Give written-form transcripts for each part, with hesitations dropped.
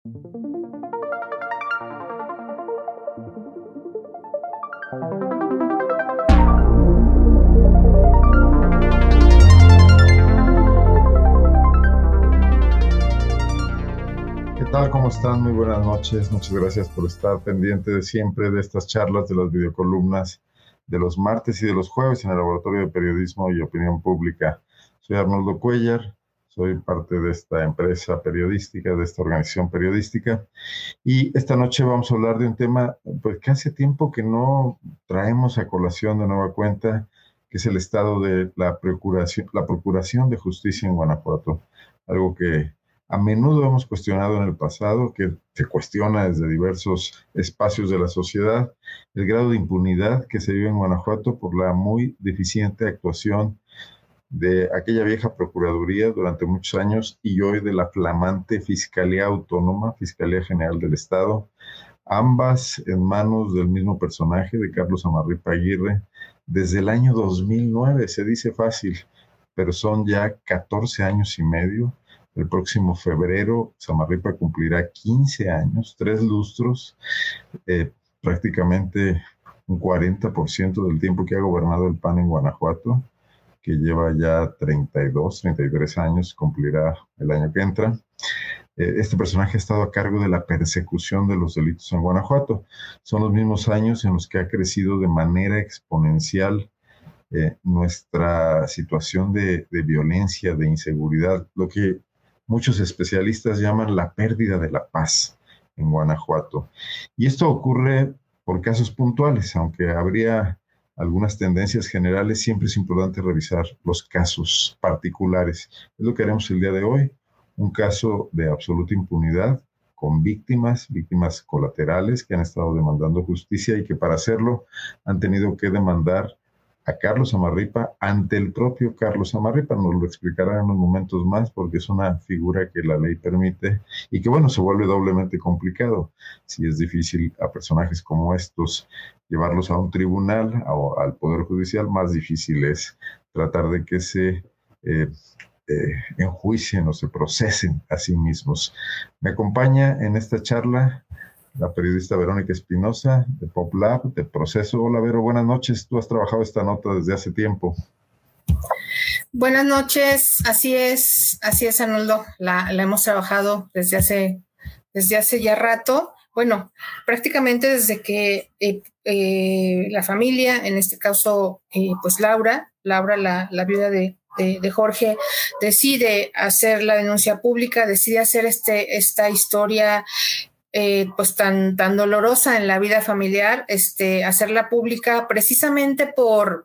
¿Qué tal? ¿Cómo están? Muy buenas noches. Muchas gracias por estar pendiente de siempre de estas charlas, de las videocolumnas de los martes y de los jueves en el Laboratorio de Periodismo y Opinión Pública. Soy Arnoldo Cuellar, soy parte de esta empresa periodística, de esta organización periodística, y esta noche vamos a hablar de un tema pues, que hace tiempo que no traemos a colación de nueva cuenta, que es el estado de la procuración de justicia en Guanajuato, algo que a menudo hemos cuestionado en el pasado, que se cuestiona desde diversos espacios de la sociedad, el grado de impunidad que se vive en Guanajuato por la muy deficiente actuación de aquella vieja Procuraduría durante muchos años y hoy de la flamante Fiscalía Autónoma, Fiscalía General del Estado, ambas en manos del mismo personaje, de Carlos Amarripa Aguirre, desde el año 2009. Se dice fácil, pero son ya 14 años y medio. El próximo febrero, Samarripa cumplirá 15 años, 3 lustros, prácticamente un 40% del tiempo que ha gobernado el PAN en Guanajuato, que lleva ya 32, 33 años, cumplirá el año que entra. Este personaje ha estado a cargo de la persecución de los delitos en Guanajuato. Son los mismos años en los que ha crecido de manera exponencial nuestra situación de violencia, de inseguridad, lo que muchos especialistas llaman la pérdida de la paz en Guanajuato. Y esto ocurre por casos puntuales, aunque habría algunas tendencias generales, siempre es importante revisar los casos particulares. Es lo que haremos el día de hoy, un caso de absoluta impunidad con víctimas colaterales que han estado demandando justicia y que para hacerlo han tenido que demandar a Carlos Amarripa ante el propio Carlos Amarripa. Nos lo explicará en unos momentos más porque es una figura que la ley permite y que, bueno, se vuelve doblemente complicado. Si es difícil a personajes como estos llevarlos a un tribunal o al Poder Judicial, más difícil es tratar de que se enjuicien o se procesen a sí mismos. Me acompaña en esta charla la periodista Verónica Espinosa, de PopLab, de Proceso. Hola, Vero, buenas noches. Tú has trabajado esta nota desde hace tiempo. Buenas noches, así es, Arnoldo. La hemos trabajado desde hace ya rato. Bueno, prácticamente desde que la familia, en este caso, pues Laura, la viuda de Jorge, decide hacer la denuncia pública, decide hacer esta historia pues tan dolorosa en la vida familiar, hacerla pública precisamente por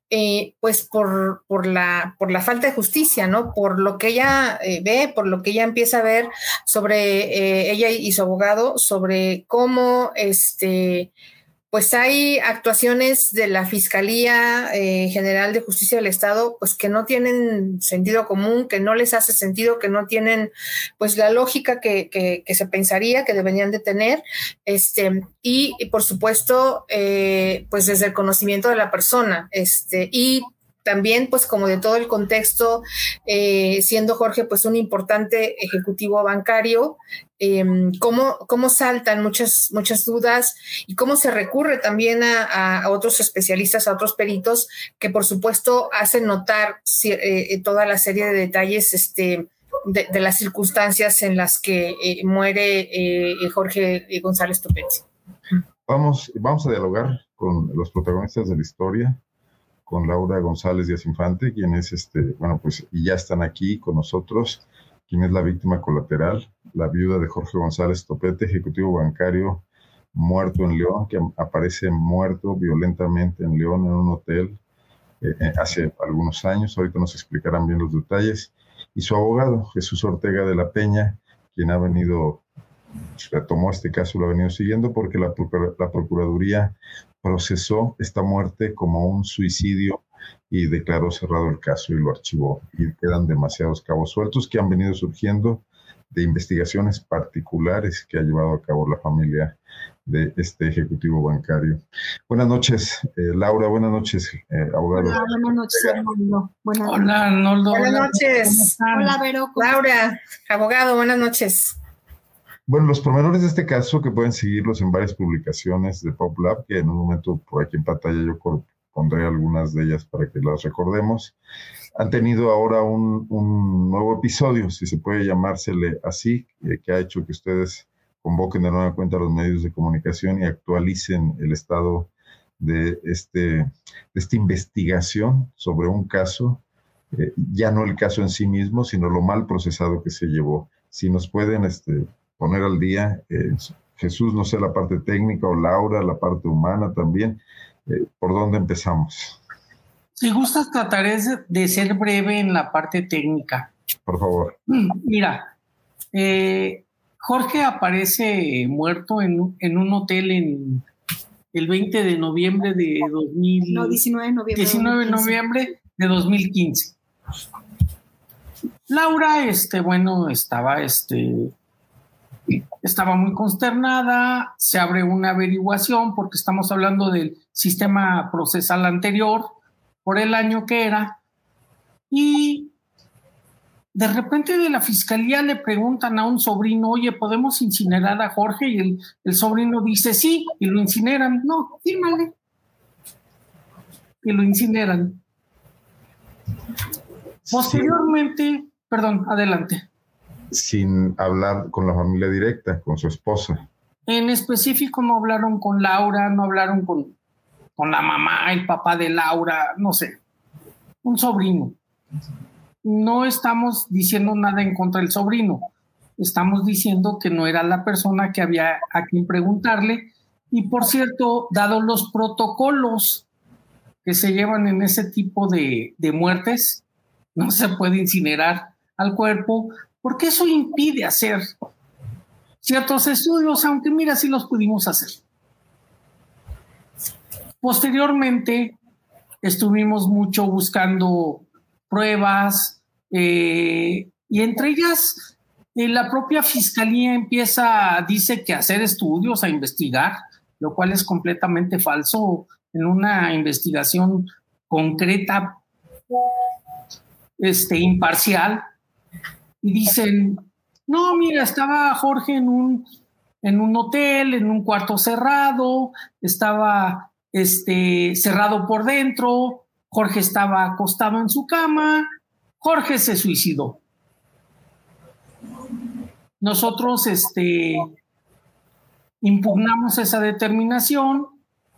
la falta de justicia, ¿no? Por lo que ella ve, por lo que ella empieza a ver sobre ella y su abogado, sobre cómo pues hay actuaciones de la Fiscalía General de Justicia del Estado pues que no tienen sentido común, que no les hace sentido, que no tienen pues la lógica que se pensaría que deberían de tener, y por supuesto pues desde el conocimiento de la persona, y también pues como de todo el contexto, siendo Jorge pues un importante ejecutivo bancario, cómo saltan muchas dudas y cómo se recurre también a otros especialistas, a otros peritos que por supuesto hacen notar toda la serie de detalles de las circunstancias en las que muere Jorge González Topete. Vamos a dialogar con los protagonistas de la historia, con Laura González Díaz Infante, quien es, bueno, pues, y ya están aquí con nosotros, quien es la víctima colateral, la viuda de Jorge González Topete, ejecutivo bancario muerto en León, que aparece muerto violentamente en León en un hotel hace algunos años. Ahorita nos explicarán bien los detalles. Y su abogado, Jesús Ortega de la Peña, quien ha venido, retomó este caso, lo ha venido siguiendo porque la Procuraduría procesó esta muerte como un suicidio y declaró cerrado el caso y lo archivó. Y quedan demasiados cabos sueltos que han venido surgiendo de investigaciones particulares que ha llevado a cabo la familia de este ejecutivo bancario. Buenas noches, Laura. Buenas noches, abogado. Hola, buenas noches, Arnoldo. Hola, Arnoldo. Buenas noches. Hola, Vero. Laura, abogado, buenas noches. Bueno, los pormenores de este caso, que pueden seguirlos en varias publicaciones de PopLab, que en un momento por aquí en pantalla yo pondré algunas de ellas para que las recordemos, han tenido ahora un nuevo episodio, si se puede llamársele así, que ha hecho que ustedes convoquen de nueva cuenta a los medios de comunicación y actualicen el estado de esta investigación sobre un caso, ya no el caso en sí mismo, sino lo mal procesado que se llevó. Si nos pueden poner al día, Jesús, no sé, la parte técnica, o Laura, la parte humana también, ¿por dónde empezamos? Si gustas, trataré de ser breve en la parte técnica. Por favor. Mira, Jorge aparece muerto en un hotel el 20 de noviembre de 2000. No, 19 de noviembre. 19 de noviembre de 2015. Laura, estaba muy consternada. Se abre una averiguación porque estamos hablando del sistema procesal anterior, por el año que era, y de repente de la fiscalía le preguntan a un sobrino, oye, ¿podemos incinerar a Jorge? Y el sobrino dice sí, y lo incineran. No, fírmale. Y lo incineran. Posteriormente, perdón, adelante. Sin hablar con la familia directa, con su esposa. En específico no hablaron con Laura, no hablaron con la mamá, el papá de Laura, no sé, un sobrino. No estamos diciendo nada en contra del sobrino, estamos diciendo que no era la persona que había a quien preguntarle. Y por cierto, dado los protocolos que se llevan en ese tipo de muertes, no se puede incinerar al cuerpo, porque eso impide hacer ciertos estudios, aunque mira, sí los pudimos hacer. Posteriormente, estuvimos mucho buscando pruebas, y entre ellas, la propia fiscalía dice que hacer estudios, a investigar, lo cual es completamente falso. En una investigación concreta, imparcial, y dicen, no, mira, estaba Jorge en un hotel, en un cuarto cerrado, estaba cerrado por dentro, Jorge estaba acostado en su cama, Jorge se suicidó. Nosotros impugnamos esa determinación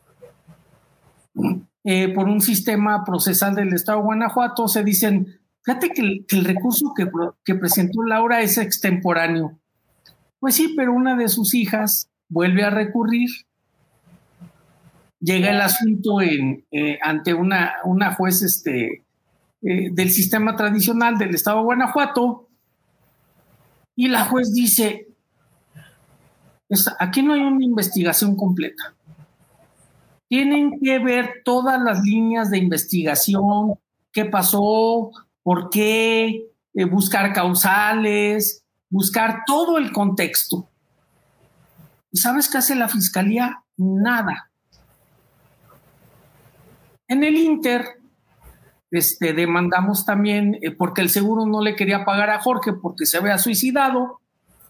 por un sistema procesal del Estado de Guanajuato. Se dicen, fíjate que el recurso que presentó Laura es extemporáneo. Pues sí, pero una de sus hijas vuelve a recurrir. Llega el asunto ante una juez del sistema tradicional del Estado de Guanajuato, y la juez dice, aquí no hay una investigación completa. Tienen que ver todas las líneas de investigación, qué pasó, por qué, buscar causales, buscar todo el contexto. ¿Y sabes qué hace la fiscalía? Nada. En el Inter, demandamos también, porque el seguro no le quería pagar a Jorge porque se había suicidado.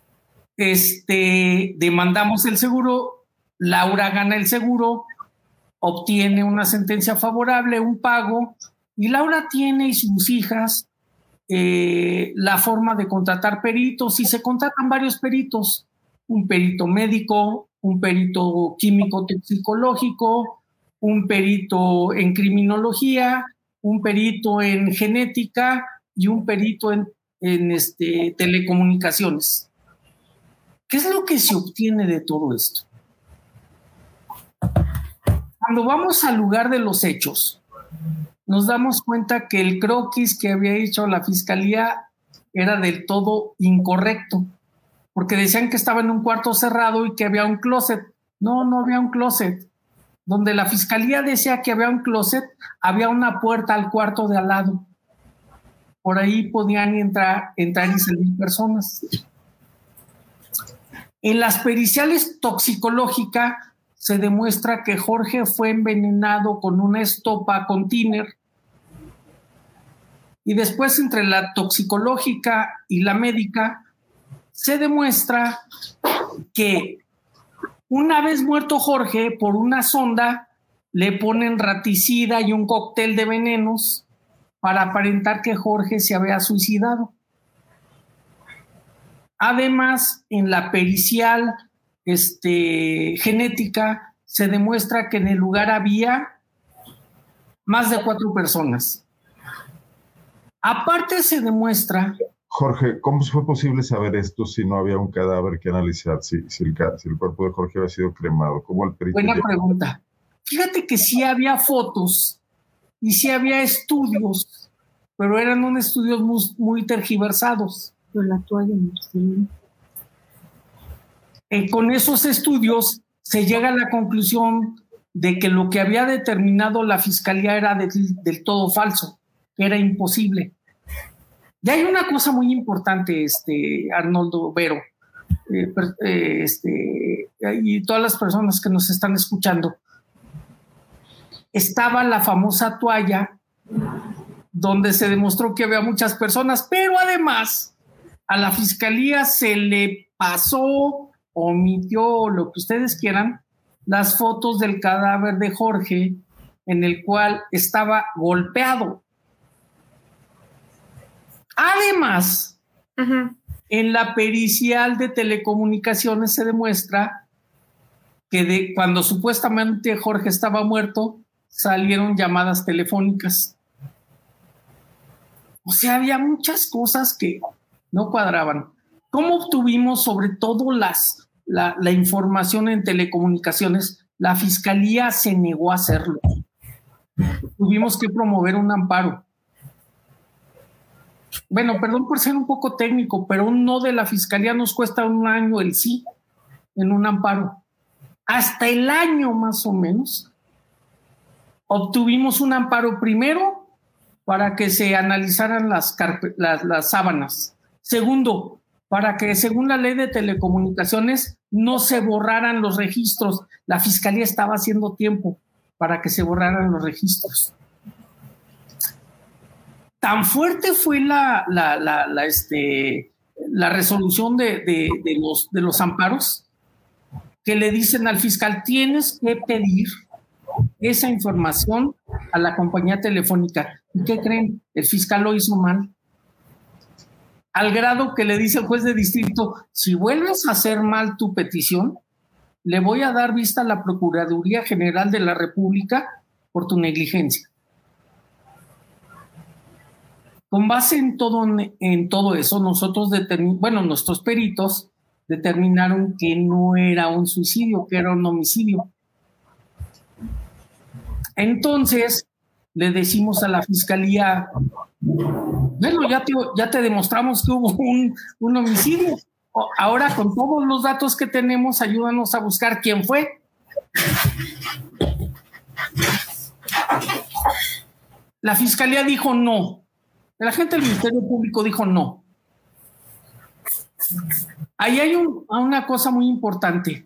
Demandamos el seguro, Laura gana el seguro, obtiene una sentencia favorable, un pago, y Laura tiene y sus hijas la forma de contratar peritos, y se contratan varios peritos, un perito médico, un perito químico toxicológico, un perito en criminología, un perito en genética y un perito en telecomunicaciones. ¿Qué es lo que se obtiene de todo esto? Cuando vamos al lugar de los hechos, nos damos cuenta que el croquis que había hecho la fiscalía era del todo incorrecto, porque decían que estaba en un cuarto cerrado y que había un closet. No, no había un closet. Donde la fiscalía decía que había un closet, había una puerta al cuarto de al lado. Por ahí podían entrar y salir personas. En las periciales toxicológicas se demuestra que Jorge fue envenenado con una estopa con tiner, y después entre la toxicológica y la médica se demuestra que una vez muerto Jorge, por una sonda le ponen raticida y un cóctel de venenos para aparentar que Jorge se había suicidado. Además, en la pericial genética se demuestra que en el lugar había más de 4 personas. Aparte se demuestra... Jorge, ¿cómo fue posible saber esto si no había un cadáver que analizar? Si el cuerpo de Jorge había sido cremado. ¿Cómo el perito? Buena pregunta. Fíjate que sí había fotos y sí había estudios, pero eran unos estudios muy tergiversados. Pero la toalla no está. Con esos estudios se llega a la conclusión de que lo que había determinado la fiscalía era del todo falso, que era imposible. Y hay una cosa muy importante, Arnoldo Vero, y todas las personas que nos están escuchando. Estaba la famosa toalla donde se demostró que había muchas personas, pero además a la fiscalía se le pasó, omitió, lo que ustedes quieran, las fotos del cadáver de Jorge en el cual estaba golpeado. Además, en la pericial de telecomunicaciones se demuestra que cuando supuestamente Jorge estaba muerto, salieron llamadas telefónicas. O sea, había muchas cosas que no cuadraban. ¿Cómo obtuvimos sobre todo la información en telecomunicaciones? La fiscalía se negó a hacerlo. Tuvimos que promover un amparo. Bueno, perdón por ser un poco técnico, pero un no de la fiscalía nos cuesta un año el sí en un amparo. Hasta el año más o menos obtuvimos un amparo primero para que se analizaran las sábanas. Segundo, para que según la ley de telecomunicaciones no se borraran los registros. La fiscalía estaba haciendo tiempo para que se borraran los registros. Tan fuerte fue la resolución de los amparos que le dicen al fiscal: tienes que pedir esa información a la compañía telefónica. ¿Y qué creen? El fiscal lo hizo mal. Al grado que le dice el juez de distrito: si vuelves a hacer mal tu petición, le voy a dar vista a la Procuraduría General de la República por tu negligencia. Con base en todo eso, nosotros nuestros peritos determinaron que no era un suicidio, que era un homicidio. Entonces, le decimos a la fiscalía: bueno, ya te demostramos que hubo un homicidio. Ahora, con todos los datos que tenemos, ayúdanos a buscar quién fue. La fiscalía dijo no. El agente del Ministerio Público dijo no. Ahí hay una cosa muy importante.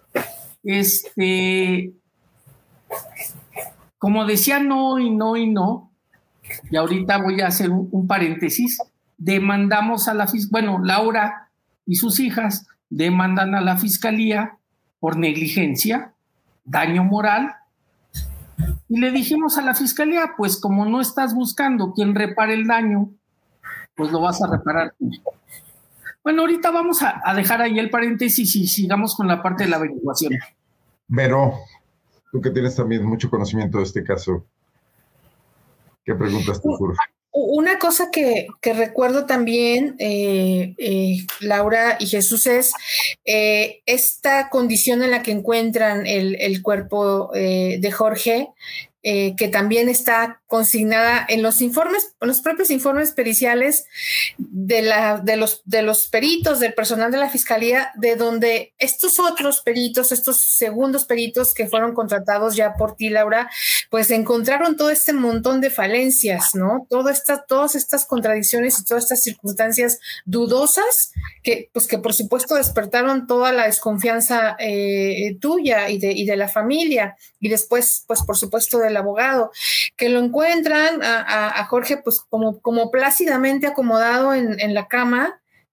Como decía no y no y no, y ahorita voy a hacer un paréntesis, demandamos a Laura y sus hijas demandan a la fiscalía por negligencia, daño moral, y le dijimos a la fiscalía: pues como no estás buscando quien repare el daño, pues lo vas a reparar tú. Bueno, ahorita vamos a dejar ahí el paréntesis y sigamos con la parte de la averiguación. Vero, tú que tienes también mucho conocimiento de este caso, ¿qué preguntas te ocurren? Una cosa que recuerdo también, Laura y Jesús, es esta condición en la que encuentran el cuerpo de Jorge, que también está consignada en los informes, en los propios informes periciales de los peritos, del personal de la fiscalía, de donde estos otros peritos, estos segundos peritos que fueron contratados ya por ti, Laura, pues encontraron todo este montón de falencias, ¿no? Todas estas contradicciones y todas estas circunstancias dudosas que por supuesto despertaron toda la desconfianza tuya y de la familia, y después, pues por supuesto, del abogado, que lo encuentran a Jorge pues como plácidamente acomodado en la cama,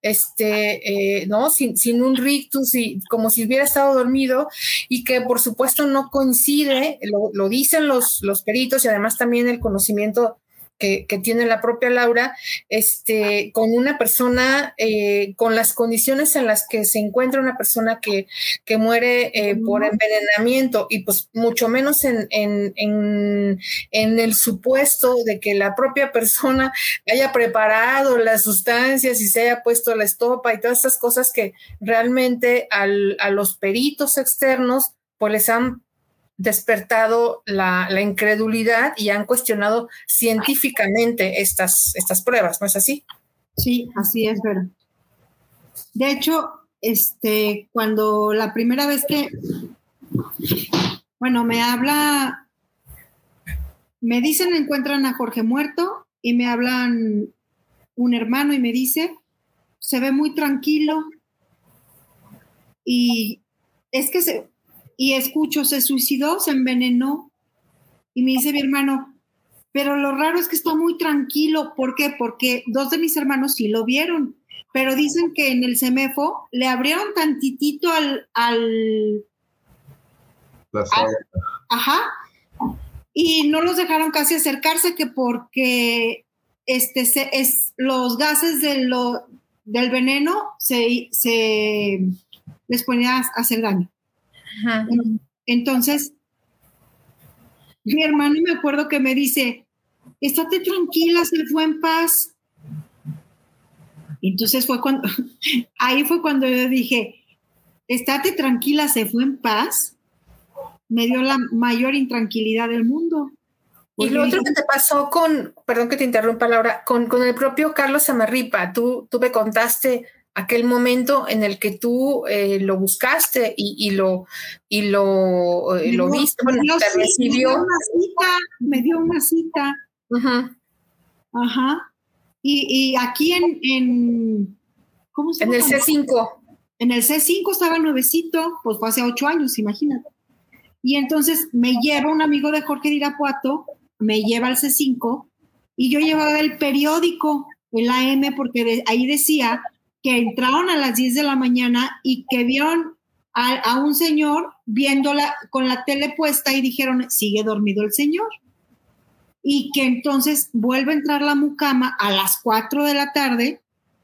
¿no? Sin un rictus, y como si hubiera estado dormido, y que por supuesto no coincide, lo dicen los peritos, y además también el conocimiento que tiene la propia Laura, con una persona, con las condiciones en las que se encuentra una persona que muere por envenenamiento, y pues mucho menos en el supuesto de que la propia persona haya preparado las sustancias y se haya puesto la estopa y todas esas cosas que realmente a los peritos externos pues les han despertado la incredulidad y han cuestionado científicamente estas pruebas, ¿no es así? Sí, así es, Vera. De hecho, cuando la primera vez que, me dicen encuentran a Jorge muerto, y me hablan un hermano y me dice, se ve muy tranquilo, y es que y escucho, se suicidó, se envenenó, y me dice mi hermano, pero lo raro es que está muy tranquilo. ¿Por qué? Porque 2 de mis hermanos sí lo vieron, pero dicen que en el CEMEFO le abrieron tantitito ajá, y no los dejaron casi acercarse, que porque los gases del veneno se les ponía a hacer daño. Ajá. Entonces, mi hermano, me acuerdo que me dice, estate tranquila, se fue en paz. Entonces ahí fue cuando yo dije, estate tranquila, se fue en paz. Me dio la mayor intranquilidad del mundo. Y lo otro que te pasó perdón que te interrumpa, Laura, con el propio Carlos Samarripa, tú me contaste aquel momento en el que tú lo buscaste y lo viste, bueno, te recibió. Me dio una cita. Uh-huh. Ajá. Y aquí ¿cómo se llama? En el C5. En el C5 estaba nuevecito, pues fue hace 8 años, imagínate. Y entonces me lleva un amigo de Jorge de Irapuato, me lleva al C5, y yo llevaba el periódico, el AM, porque ahí decía que entraron a las 10 de la mañana y que vieron a un señor viéndola con la tele puesta y dijeron, sigue dormido el señor. Y que entonces vuelve a entrar la mucama a las 4 de la tarde,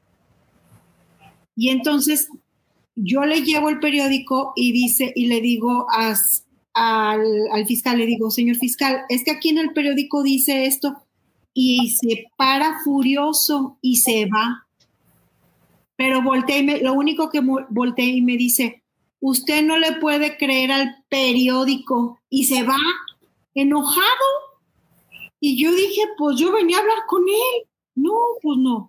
y entonces yo le llevo el periódico y le digo al fiscal, le digo, señor fiscal, es que aquí en el periódico dice esto, y se para furioso y se va. Pero lo único que volteé y me dice, usted no le puede creer al periódico, y se va enojado. Y yo dije, pues yo venía a hablar con él. No, pues no.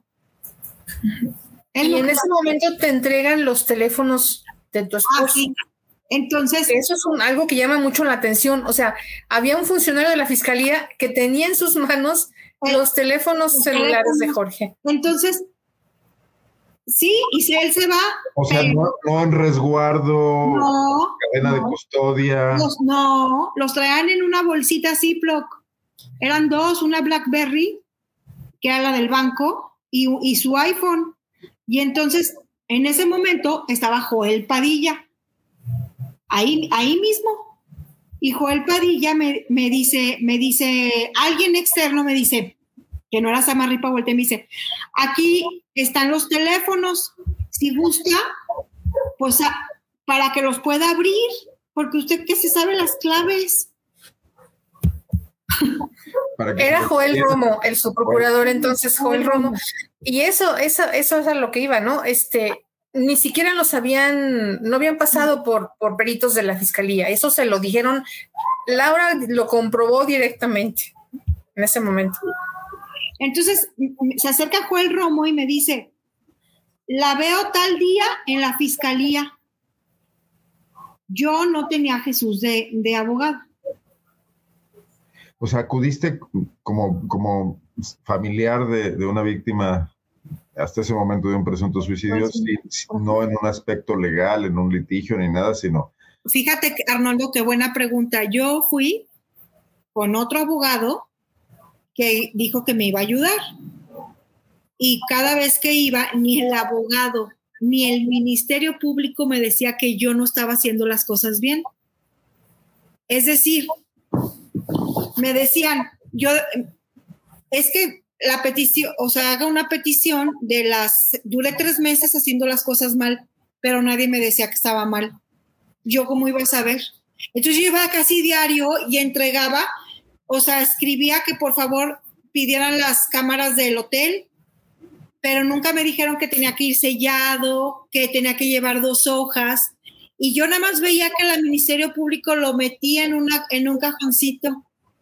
Y en ese momento te entregan los teléfonos de tu esposo. Sí. Entonces, eso es algo que llama mucho la atención. O sea, había un funcionario de la fiscalía que tenía en sus manos los teléfonos celulares de Jorge. Entonces, sí, y si él se va. O sea, no en resguardo, cadena de custodia. Los traían en una bolsita Ziploc. Eran 2, una BlackBerry, que era la del banco, y su iPhone. Y entonces, en ese momento, estaba Joel Padilla. Ahí mismo. Y Joel Padilla me dice, alguien externo me dice, que no era Samarripa, volteé y me dice, aquí están los teléfonos, si gusta, pues para que los pueda abrir, porque usted que se sabe las claves. Era Joel Romo, el subprocurador, entonces Joel Romo. Y eso es a lo que iba, ¿no? Ni siquiera no habían pasado por peritos de la fiscalía. Eso se lo dijeron, Laura lo comprobó directamente en ese momento. Entonces se acerca Joel Romo y me dice, la veo tal día en la fiscalía. Yo no tenía a Jesús de abogado. O sea, acudiste como familiar de una víctima hasta ese momento de un presunto suicidio, no en un aspecto legal, en un litigio ni nada, sino... Fíjate, Arnoldo, qué buena pregunta. Yo fui con otro abogado que dijo que me iba a ayudar. y cada vez que iba, ni el abogado, ni el Ministerio Público me decía que yo no estaba haciendo las cosas bien. Es decir, me decían, es que la petición, o sea, haga una petición duré 3 meses haciendo las cosas mal, pero nadie me decía que estaba mal. Yo cómo iba a saber. Entonces yo iba casi diario y entregaba, o sea, escribía que por favor pidieran las cámaras del hotel, pero nunca me dijeron que tenía que ir sellado, que tenía que llevar 2 hojas, y yo nada más veía que el Ministerio Público lo metía en un cajoncito.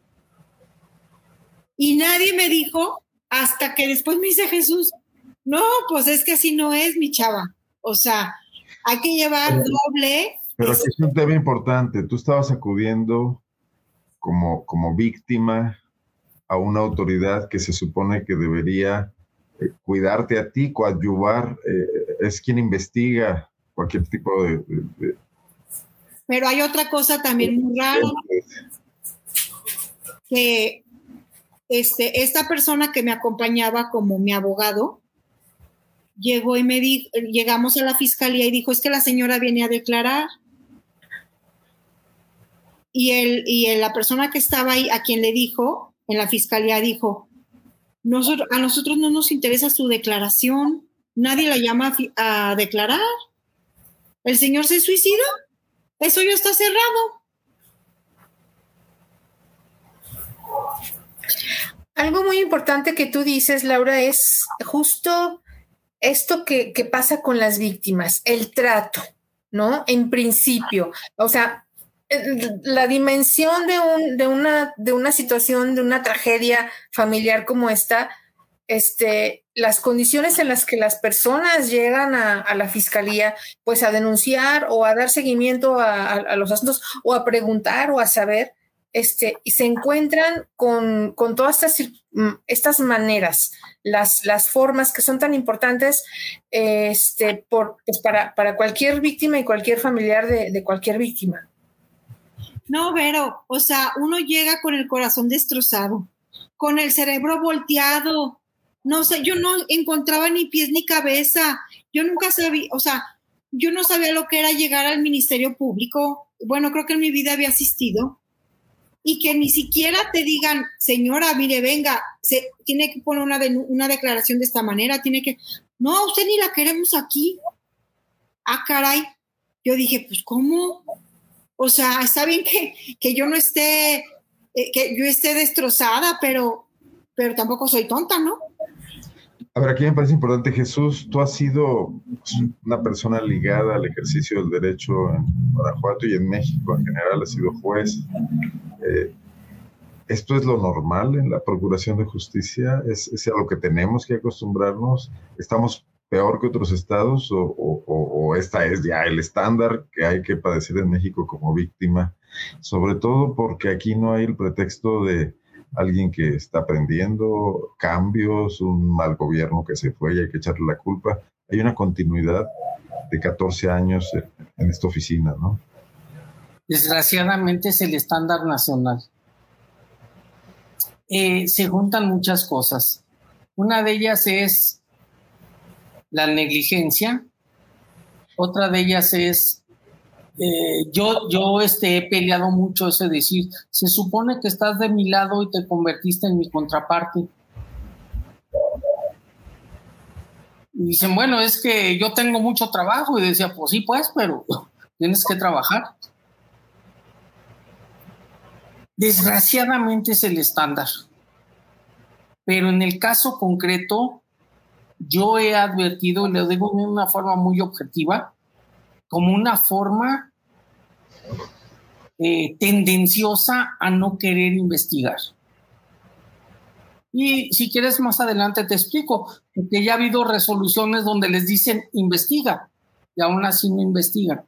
Y nadie me dijo, hasta que después me dice Jesús, no, pues es que así no es, mi chava. O sea, hay que llevar doble. Pero aquí es un tema importante. Tú estabas acudiendo como víctima a una autoridad que se supone que debería cuidarte a ti, coadyuvar, es quien investiga cualquier tipo de... Pero hay otra cosa también muy rara, que esta persona que me acompañaba como mi abogado, llegó y me dijo, llegamos a la fiscalía y dijo, es que la señora viene a declarar. Y la persona que estaba ahí, a quien le dijo, en la fiscalía dijo, a nosotros no nos interesa su declaración, nadie la llama a declarar. ¿El señor se suicidó? Eso ya está cerrado. Algo muy importante que tú dices, Laura, es justo esto que pasa con las víctimas, el trato, ¿no? En principio, o sea, la dimensión de una situación, de una tragedia familiar como esta, las condiciones en las que las personas llegan a la fiscalía, pues a denunciar o a dar seguimiento a los asuntos o a preguntar o a saber, y se encuentran con todas estas maneras, las formas que son tan importantes pues para cualquier víctima y cualquier familiar de cualquier víctima. No, Vero, o sea, uno llega con el corazón destrozado, con el cerebro volteado. No sé, yo no encontraba ni pies ni cabeza. Yo nunca sabía, o sea, yo no sabía lo que era llegar al Ministerio Público. Bueno, creo que en mi vida había asistido. Y que ni siquiera te digan, señora, mire, venga, tiene que poner una declaración de esta manera, no, usted ni la queremos aquí. Ah, caray. Yo dije, pues, ¿cómo? O sea, está bien que yo no esté, que yo esté destrozada, pero tampoco soy tonta, ¿no? A ver, aquí me parece importante, Jesús, tú has sido una persona ligada al ejercicio del derecho en Guanajuato y en México en general, has sido juez. ¿Esto es lo normal en la Procuración de Justicia? ¿Es a lo que tenemos que acostumbrarnos? ¿Estamos peor que otros estados o esta es ya el estándar que hay que padecer en México como víctima? Sobre todo porque aquí no hay el pretexto de alguien que está aprendiendo cambios, un mal gobierno que se fue y hay que echarle la culpa. Hay una continuidad de 14 años en esta oficina, ¿no? Desgraciadamente es el estándar nacional. Se juntan muchas cosas. Una de ellas es la negligencia. Otra de ellas es yo he peleado mucho eso de decir, se supone que estás de mi lado y te convertiste en mi contraparte. Y dicen, bueno, es que yo tengo mucho trabajo. Y decía, pues sí, pues, pero tienes que trabajar. Desgraciadamente es el estándar. Pero en el caso concreto, yo he advertido, y lo digo de una forma muy objetiva, como una forma tendenciosa a no querer investigar. Y si quieres más adelante te explico, porque ya ha habido resoluciones donde les dicen investiga, y aún así no investigan.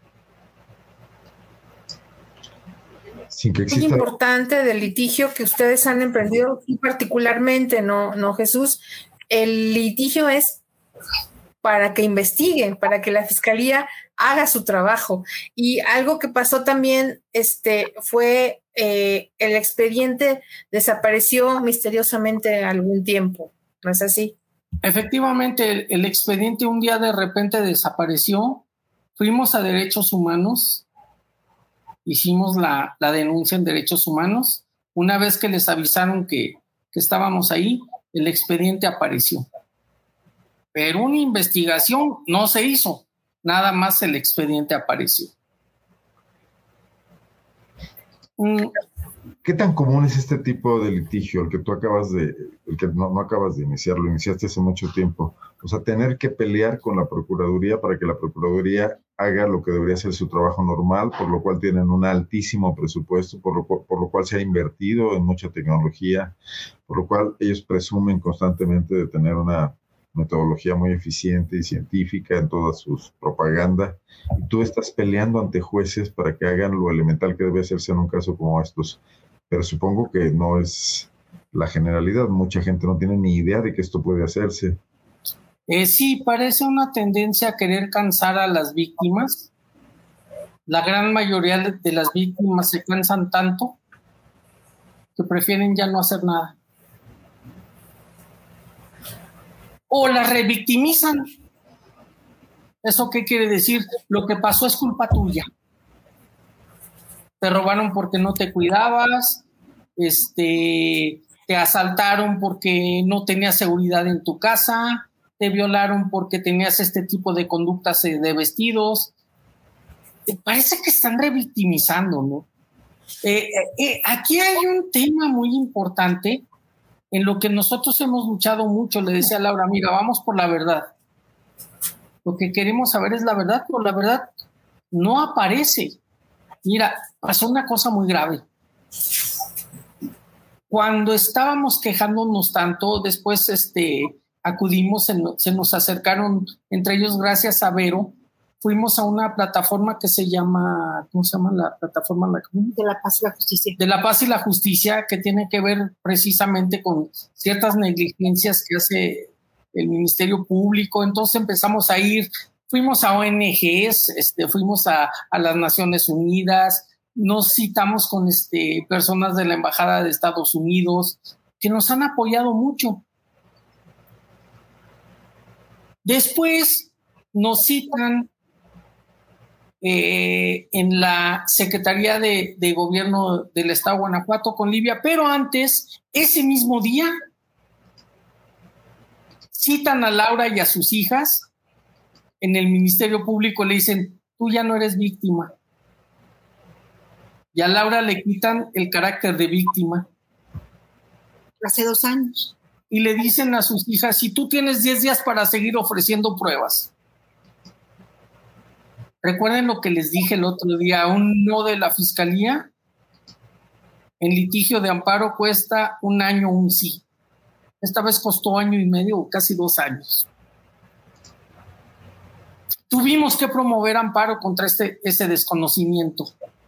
Sin que exista... Muy importante del litigio que ustedes han emprendido, y particularmente, ¿no, Jesús? El litigio es para que investiguen, para que la fiscalía haga su trabajo. Y algo que pasó también fue el expediente desapareció misteriosamente algún tiempo, ¿no es así? Efectivamente, el expediente un día de repente desapareció. Fuimos a Derechos Humanos, hicimos la denuncia en Derechos Humanos. Una vez que les avisaron que estábamos ahí, el expediente apareció. Pero una investigación no se hizo, nada más el expediente apareció. ¿Qué tan común es este tipo de litigio, el que no acabas de iniciar, lo iniciaste hace mucho tiempo? O sea, tener que pelear con la Procuraduría para que la Procuraduría haga lo que debería ser su trabajo normal, por lo cual tienen un altísimo presupuesto, por lo cual se ha invertido en mucha tecnología, por lo cual ellos presumen constantemente de tener una metodología muy eficiente y científica en toda su propaganda, y tú estás peleando ante jueces para que hagan lo elemental que debe hacerse en un caso como estos. Pero supongo que no es la generalidad, mucha gente no tiene ni idea de que esto puede hacerse. Sí, parece una tendencia a querer cansar a las víctimas. La gran mayoría de las víctimas se cansan tanto que prefieren ya no hacer nada. O las revictimizan. ¿Eso qué quiere decir? Lo que pasó es culpa tuya. Te robaron porque no te cuidabas, te asaltaron porque no tenías seguridad en tu casa, te violaron porque tenías este tipo de conductas de vestidos. Parece que están revictimizando, ¿no? Aquí hay un tema muy importante en lo que nosotros hemos luchado mucho. Le decía a Laura, mira, vamos por la verdad. Lo que queremos saber es la verdad, pero la verdad no aparece. Mira, pasó una cosa muy grave. Cuando estábamos quejándonos tanto, después acudimos, se nos acercaron, entre ellos, gracias a Vero, fuimos a una plataforma que se llama, ¿cómo se llama la plataforma? De la Paz y la Justicia. De la Paz y la Justicia, que tiene que ver precisamente con ciertas negligencias que hace el Ministerio Público. Entonces empezamos a ir, fuimos a ONGs, fuimos a las Naciones Unidas, nos citamos con personas de la Embajada de Estados Unidos que nos han apoyado mucho. Después nos citan en la Secretaría de Gobierno del Estado de Guanajuato con Livia, pero antes, ese mismo día, citan a Laura y a sus hijas en el Ministerio Público, le dicen, tú ya no eres víctima. Y a Laura le quitan el carácter de víctima. Hace 2 años. Y le dicen a sus hijas, si tú tienes 10 días para seguir ofreciendo pruebas. Recuerden lo que les dije el otro día, un no de la Fiscalía en litigio de amparo cuesta 1 año un sí. Esta vez costó 1 año y medio o casi 2 años. Tuvimos que promover amparo contra ese desconocimiento.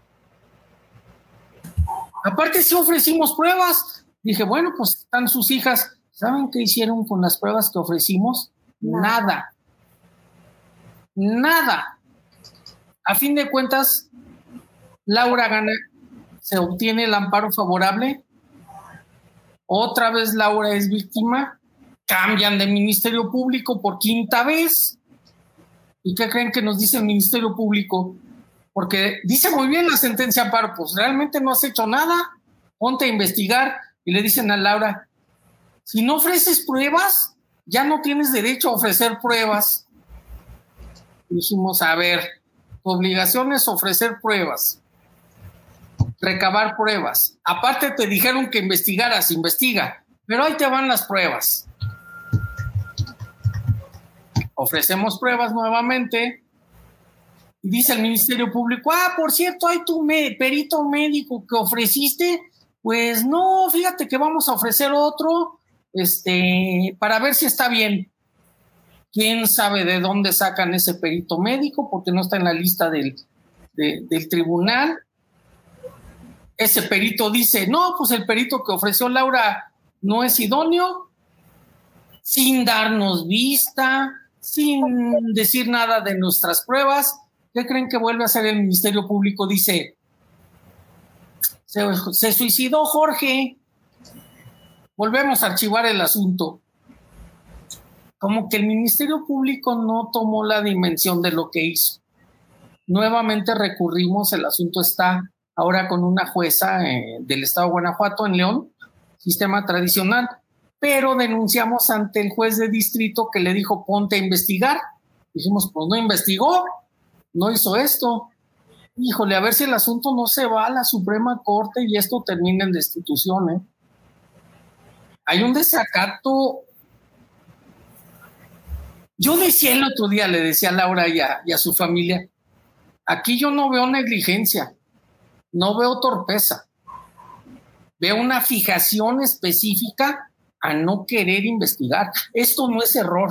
Aparte, sí ofrecimos pruebas. Dije, bueno, pues están sus hijas. ¿Saben qué hicieron con las pruebas que ofrecimos? Nada. A fin de cuentas, Laura gana, se obtiene el amparo favorable. Otra vez Laura es víctima. Cambian de Ministerio Público por 5ª vez. ¿Y qué creen que nos dice el Ministerio Público? Porque dice muy bien la sentencia amparo, pues realmente no has hecho nada, ponte a investigar. Y le dicen a Laura, si no ofreces pruebas, ya no tienes derecho a ofrecer pruebas. Y dijimos, a ver, tu obligación es ofrecer pruebas, recabar pruebas. Aparte te dijeron que investigaras, investiga, pero ahí te van las pruebas. Ofrecemos pruebas nuevamente. Y dice el Ministerio Público, por cierto, hay tu perito médico que ofreciste. Pues no, fíjate que vamos a ofrecer otro para ver si está bien. ¿Quién sabe de dónde sacan ese perito médico? Porque no está en la lista del tribunal. Ese perito dice, no, pues el perito que ofreció Laura no es idóneo, sin darnos vista, sin decir nada de nuestras pruebas. ¿Qué creen que vuelve a hacer el Ministerio Público? Dice, se suicidó Jorge. Volvemos a archivar el asunto. como que el Ministerio Público no tomó la dimensión de lo que hizo. Nuevamente recurrimos, el asunto está ahora con una jueza del estado de Guanajuato, en León, sistema tradicional, pero denunciamos ante el juez de distrito que le dijo ponte a investigar. Dijimos, pues no investigó, no hizo esto. Híjole, a ver si el asunto no se va a la Suprema Corte y esto termina en destitución, ¿eh? Hay un desacato. Yo decía el otro día, le decía a Laura y a su familia, aquí yo no veo negligencia, no veo torpeza, veo una fijación específica a no querer investigar. Esto no es error.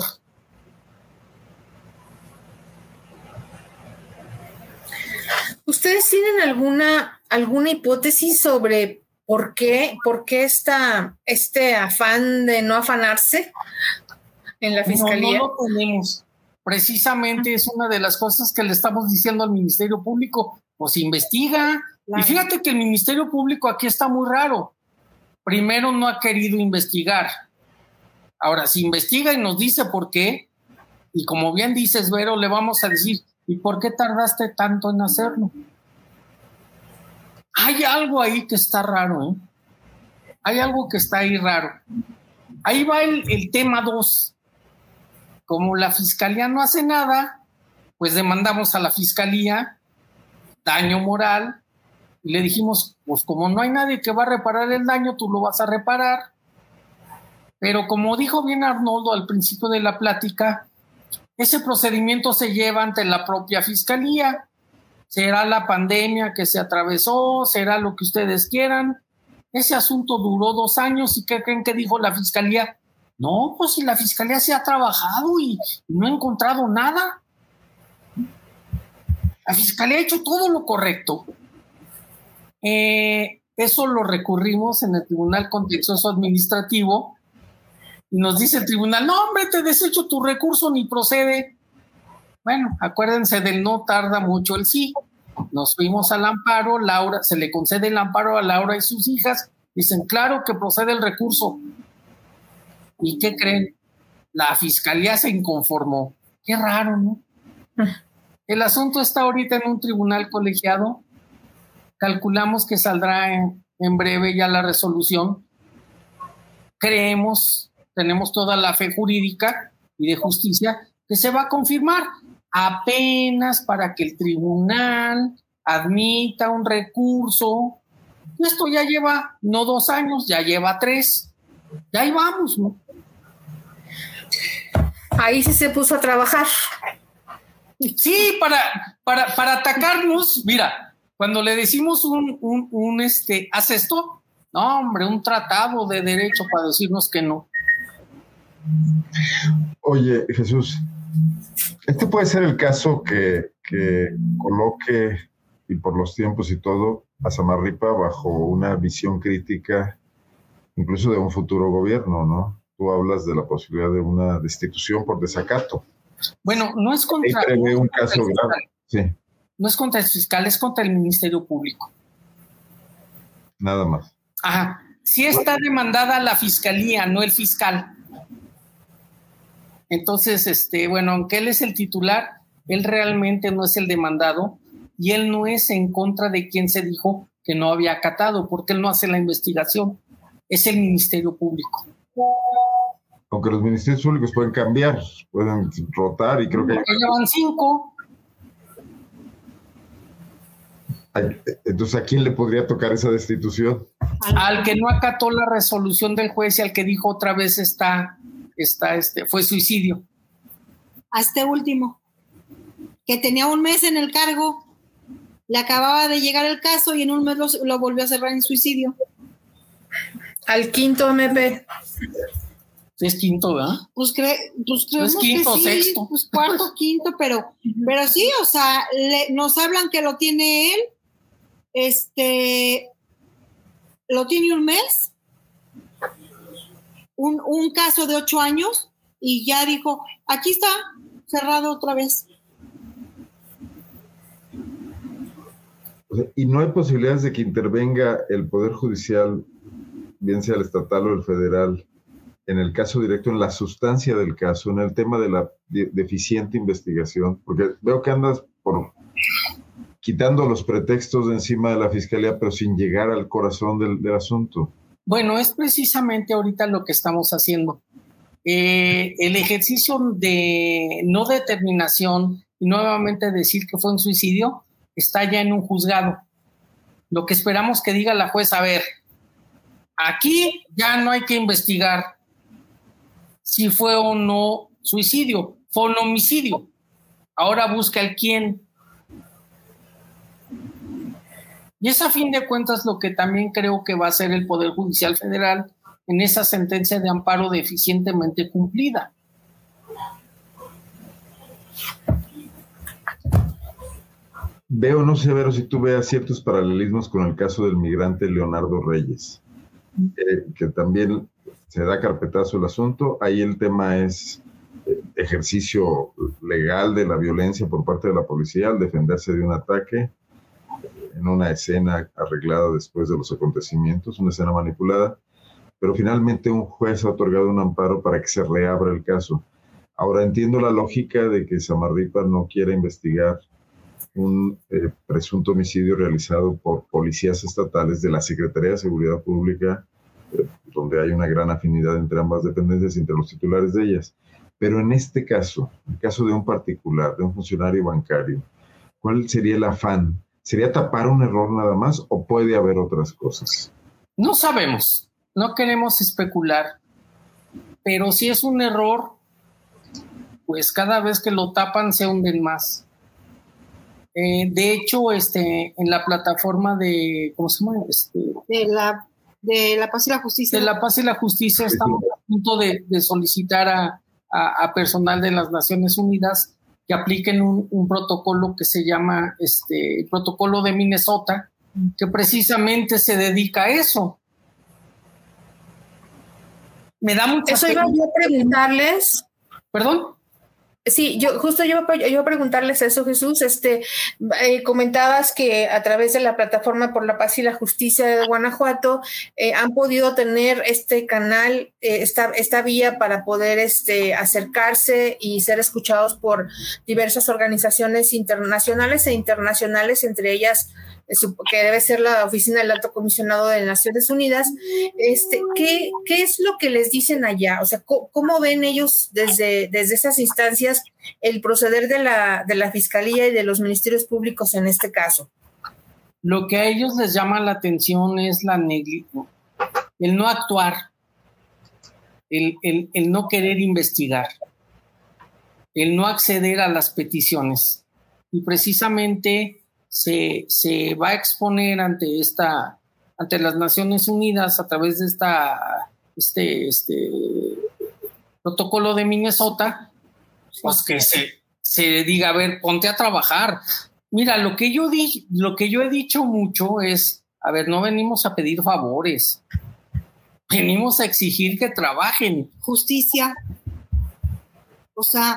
¿Ustedes tienen alguna hipótesis sobre por qué este afán de no afanarse en la fiscalía? No lo tenemos. Precisamente es una de las cosas que le estamos diciendo al Ministerio Público. Pues investiga. Claro. Y fíjate que el Ministerio Público aquí está muy raro. Primero, no ha querido investigar. Ahora, si investiga y nos dice por qué, y como bien dices, Vero, le vamos a decir, ¿y por qué tardaste tanto en hacerlo? Hay algo ahí que está raro, ¿eh? Hay algo que está ahí raro. Ahí va el tema 2. Como la fiscalía no hace nada, pues demandamos a la fiscalía, daño moral, y le dijimos, pues como no hay nadie que va a reparar el daño, tú lo vas a reparar. Pero como dijo bien Arnoldo al principio de la plática, ese procedimiento se lleva ante la propia fiscalía. Será la pandemia que se atravesó, será lo que ustedes quieran. Ese asunto duró 2 años y ¿qué creen que dijo la fiscalía? No, pues si la fiscalía se ha trabajado y no ha encontrado nada. La fiscalía ha hecho todo lo correcto. Eso lo recurrimos en el Tribunal Contencioso Administrativo y nos dice el tribunal, no hombre, te desecho tu recurso, ni procede. Bueno, acuérdense del no tarda mucho el sí. Nos fuimos al amparo, Laura, se le concede el amparo a Laura y sus hijas, dicen, claro que procede el recurso. ¿Y qué creen? La fiscalía se inconformó. Qué raro, ¿no? El asunto está ahorita en un tribunal colegiado. Calculamos que saldrá en breve ya la resolución. Creemos, tenemos toda la fe jurídica y de justicia que se va a confirmar apenas para que el tribunal admita un recurso. Esto ya lleva no 2 años, ya lleva 3. Ya ahí vamos, ¿no? Ahí sí se puso a trabajar. Sí, para atacarnos. Mira, cuando le decimos haz esto, no, hombre, un tratado de derecho para decirnos que no. Oye, Jesús, este puede ser el caso que coloque, y por los tiempos y todo, a Samarripa bajo una visión crítica, incluso de un futuro gobierno, ¿no? Tú hablas de la posibilidad de una destitución por desacato. Bueno, no es contra... Ahí prevé un caso grave, sí. No es contra el fiscal, es contra el Ministerio Público. Nada más. Ajá. Sí está demandada la fiscalía, no el fiscal. Entonces, bueno, aunque él es el titular, él realmente no es el demandado y él no es en contra de quien se dijo que no había acatado, porque él no hace la investigación. Es el Ministerio Público. Aunque los ministerios públicos pueden cambiar, pueden rotar y creo que... Llevan 5. Entonces, ¿a quién le podría tocar esa destitución? Al que no acató la resolución del juez y al que dijo otra vez fue suicidio. A este último, que tenía 1 mes en el cargo, le acababa de llegar el caso y en 1 mes lo volvió a cerrar en suicidio. Al 5º MP. Es 5º, ¿verdad? Pues creemos es 5º, que sí, 6º. pues 4º, 5º, pero sí, o sea, nos hablan que lo tiene él, lo tiene 1 mes, un caso de 8 años, y ya dijo, aquí está, cerrado otra vez. O sea, y no hay posibilidades de que intervenga el Poder Judicial, bien sea el estatal o el federal, en el caso directo, en la sustancia del caso, en el tema de la deficiente investigación, porque veo que andas quitando los pretextos de encima de la fiscalía, pero sin llegar al corazón del asunto. Bueno, es precisamente ahorita lo que estamos haciendo. El ejercicio de no determinación y nuevamente decir que fue un suicidio está ya en un juzgado. Lo que esperamos que diga la jueza, a ver, aquí ya no hay que investigar si fue o no suicidio, fue un homicidio. Ahora busca el quién. Y es a fin de cuentas lo que también creo que va a hacer el Poder Judicial Federal en esa sentencia de amparo deficientemente cumplida. No sé, Vero, si tú veas ciertos paralelismos con el caso del migrante Leonardo Reyes, que también se da carpetazo el asunto. Ahí el tema es ejercicio legal de la violencia por parte de la policía al defenderse de un ataque en una escena arreglada después de los acontecimientos, una escena manipulada, pero finalmente un juez ha otorgado un amparo para que se reabra el caso. Ahora entiendo la lógica de que Samarripa no quiera investigar un presunto homicidio realizado por policías estatales de la Secretaría de Seguridad Pública, donde hay una gran afinidad entre ambas dependencias y entre los titulares de ellas. Pero en este caso, el caso de un particular, de un funcionario bancario, ¿cuál sería el afán? ¿Sería tapar un error nada más o puede haber otras cosas? No sabemos, no queremos especular, pero si es un error, pues cada vez que lo tapan se hunden más. De hecho, en la plataforma de, ¿cómo se llama? De la Paz y la Justicia. De la Paz y la Justicia estamos a punto de solicitar a personal de las Naciones Unidas que apliquen un protocolo que se llama el protocolo de Minnesota, que precisamente se dedica a eso. Me da mucha Eso iba yo a preguntarles. ¿Perdón? Sí, yo iba a preguntarles eso, Jesús. Comentabas que a través de la plataforma por la Paz y la Justicia de Guanajuato han podido tener este canal, esta vía para poder acercarse y ser escuchados por diversas organizaciones internacionales e internacionales, entre ellas que debe ser la Oficina del Alto Comisionado de Naciones Unidas. ¿Qué es lo que les dicen allá? O sea, ¿cómo ven ellos desde esas instancias el proceder de la Fiscalía y de los ministerios públicos en este caso? Lo que a ellos les llama la atención es el no actuar, el no querer investigar, el no acceder a las peticiones. Y precisamente se va a exponer ante las Naciones Unidas a través de este protocolo de Minnesota, pues que se diga, a ver, ponte a trabajar. Mira, lo que yo he dicho mucho es, a ver, no venimos a pedir favores, venimos a exigir que trabajen. Justicia. O sea,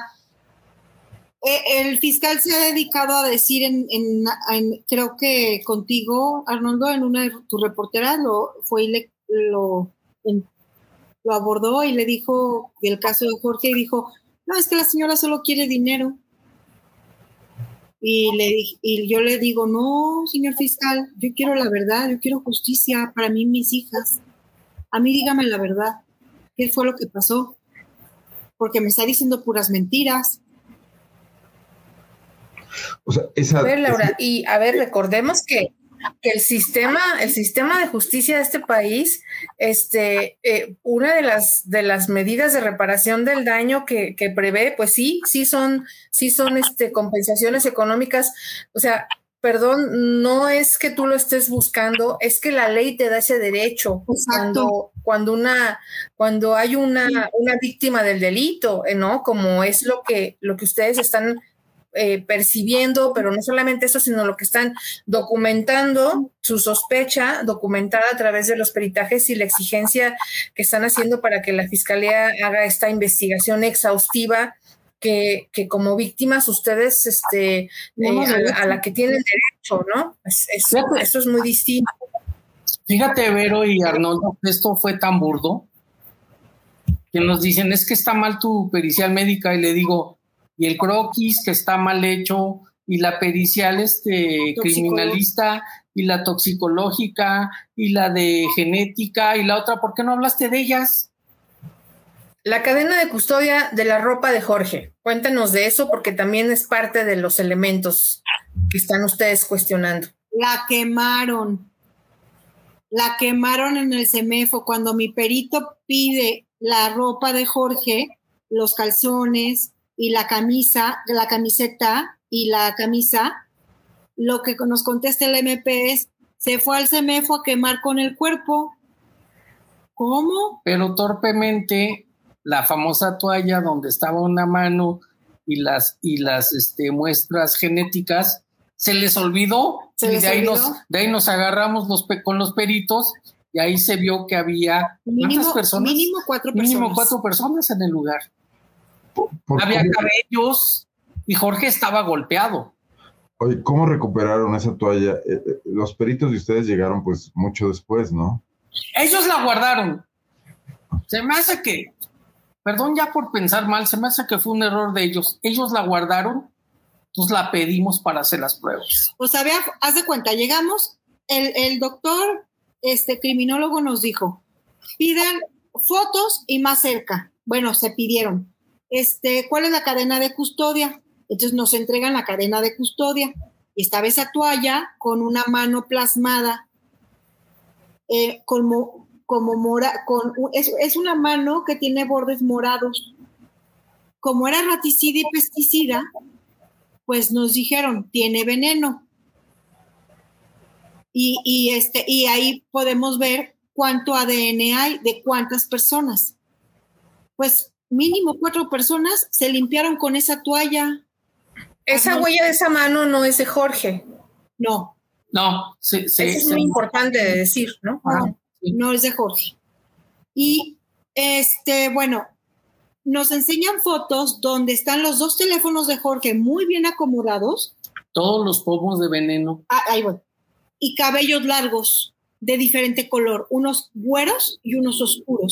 el fiscal se ha dedicado a decir creo que contigo, Arnoldo, en una de tu reporteras lo abordó y le dijo del caso de Jorge y dijo, no, es que la señora solo quiere dinero. Y yo le digo, no, señor fiscal, yo quiero la verdad, yo quiero justicia para mí y mis hijas. A mí dígame la verdad, ¿qué fue lo que pasó? Porque me está diciendo puras mentiras. O sea, a ver, Laura, y a ver, recordemos que el sistema de justicia de este país, una de las medidas de reparación del daño que prevé, pues sí son compensaciones económicas. O sea, perdón, no es que tú lo estés buscando, es que la ley te da ese derecho. Exacto. Cuando hay una víctima del delito, ¿no? Como es lo que ustedes están percibiendo, pero no solamente eso, sino lo que están documentando, su sospecha documentada a través de los peritajes y la exigencia que están haciendo para que la Fiscalía haga esta investigación exhaustiva que como víctimas ustedes a la que tienen derecho, ¿no? Eso es muy distinto. Fíjate, Vero y Arnoldo, esto fue tan burdo que nos dicen, es que está mal tu pericial médica, y le digo, y el croquis que está mal hecho, y la pericial criminalista, y la toxicológica, y la de genética, y la otra, ¿por qué no hablaste de ellas? La cadena de custodia de la ropa de Jorge. Cuéntanos de eso, porque también es parte de los elementos que están ustedes cuestionando. La quemaron en el CEMEFO. Cuando mi perito pide la ropa de Jorge, los calzones y la camisa, la camiseta y la camisa, lo que nos contesta el MP es, se fue al CEMEFO a quemar con el cuerpo. ¿Cómo? Pero torpemente, la famosa toalla donde estaba una mano y las muestras genéticas, se les olvidó. De ahí nos agarramos con los peritos y ahí se vio que había mínimo 4 personas. Mínimo 4 personas en el lugar. Había cabellos y Jorge estaba golpeado. Oye, ¿cómo recuperaron esa toalla? Los peritos de ustedes llegaron pues mucho después, ¿no? Ellos la guardaron. Se me hace que, perdón ya por pensar mal, se me hace que fue un error de ellos. Ellos la guardaron. Entonces la pedimos para hacer las pruebas. O sea, haz de cuenta, llegamos, el doctor, criminólogo nos dijo, pidan fotos y más cerca. Bueno, se pidieron. ¿Cuál es la cadena de custodia? Entonces nos entregan la cadena de custodia. Y estaba esa toalla con una mano plasmada, es una mano que tiene bordes morados. Como era raticida y pesticida, pues nos dijeron, tiene veneno. Y ahí podemos ver cuánto ADN hay de cuántas personas. Pues mínimo 4 personas se limpiaron con esa toalla. Esa huella de esa mano no es de Jorge. No. Eso es muy importante de decir, ¿no? No es de Jorge. Y bueno, nos enseñan fotos donde están los 2 teléfonos de Jorge muy bien acomodados. Todos los pomos de veneno. Ahí voy. Y cabellos largos de diferente color, unos güeros y unos oscuros.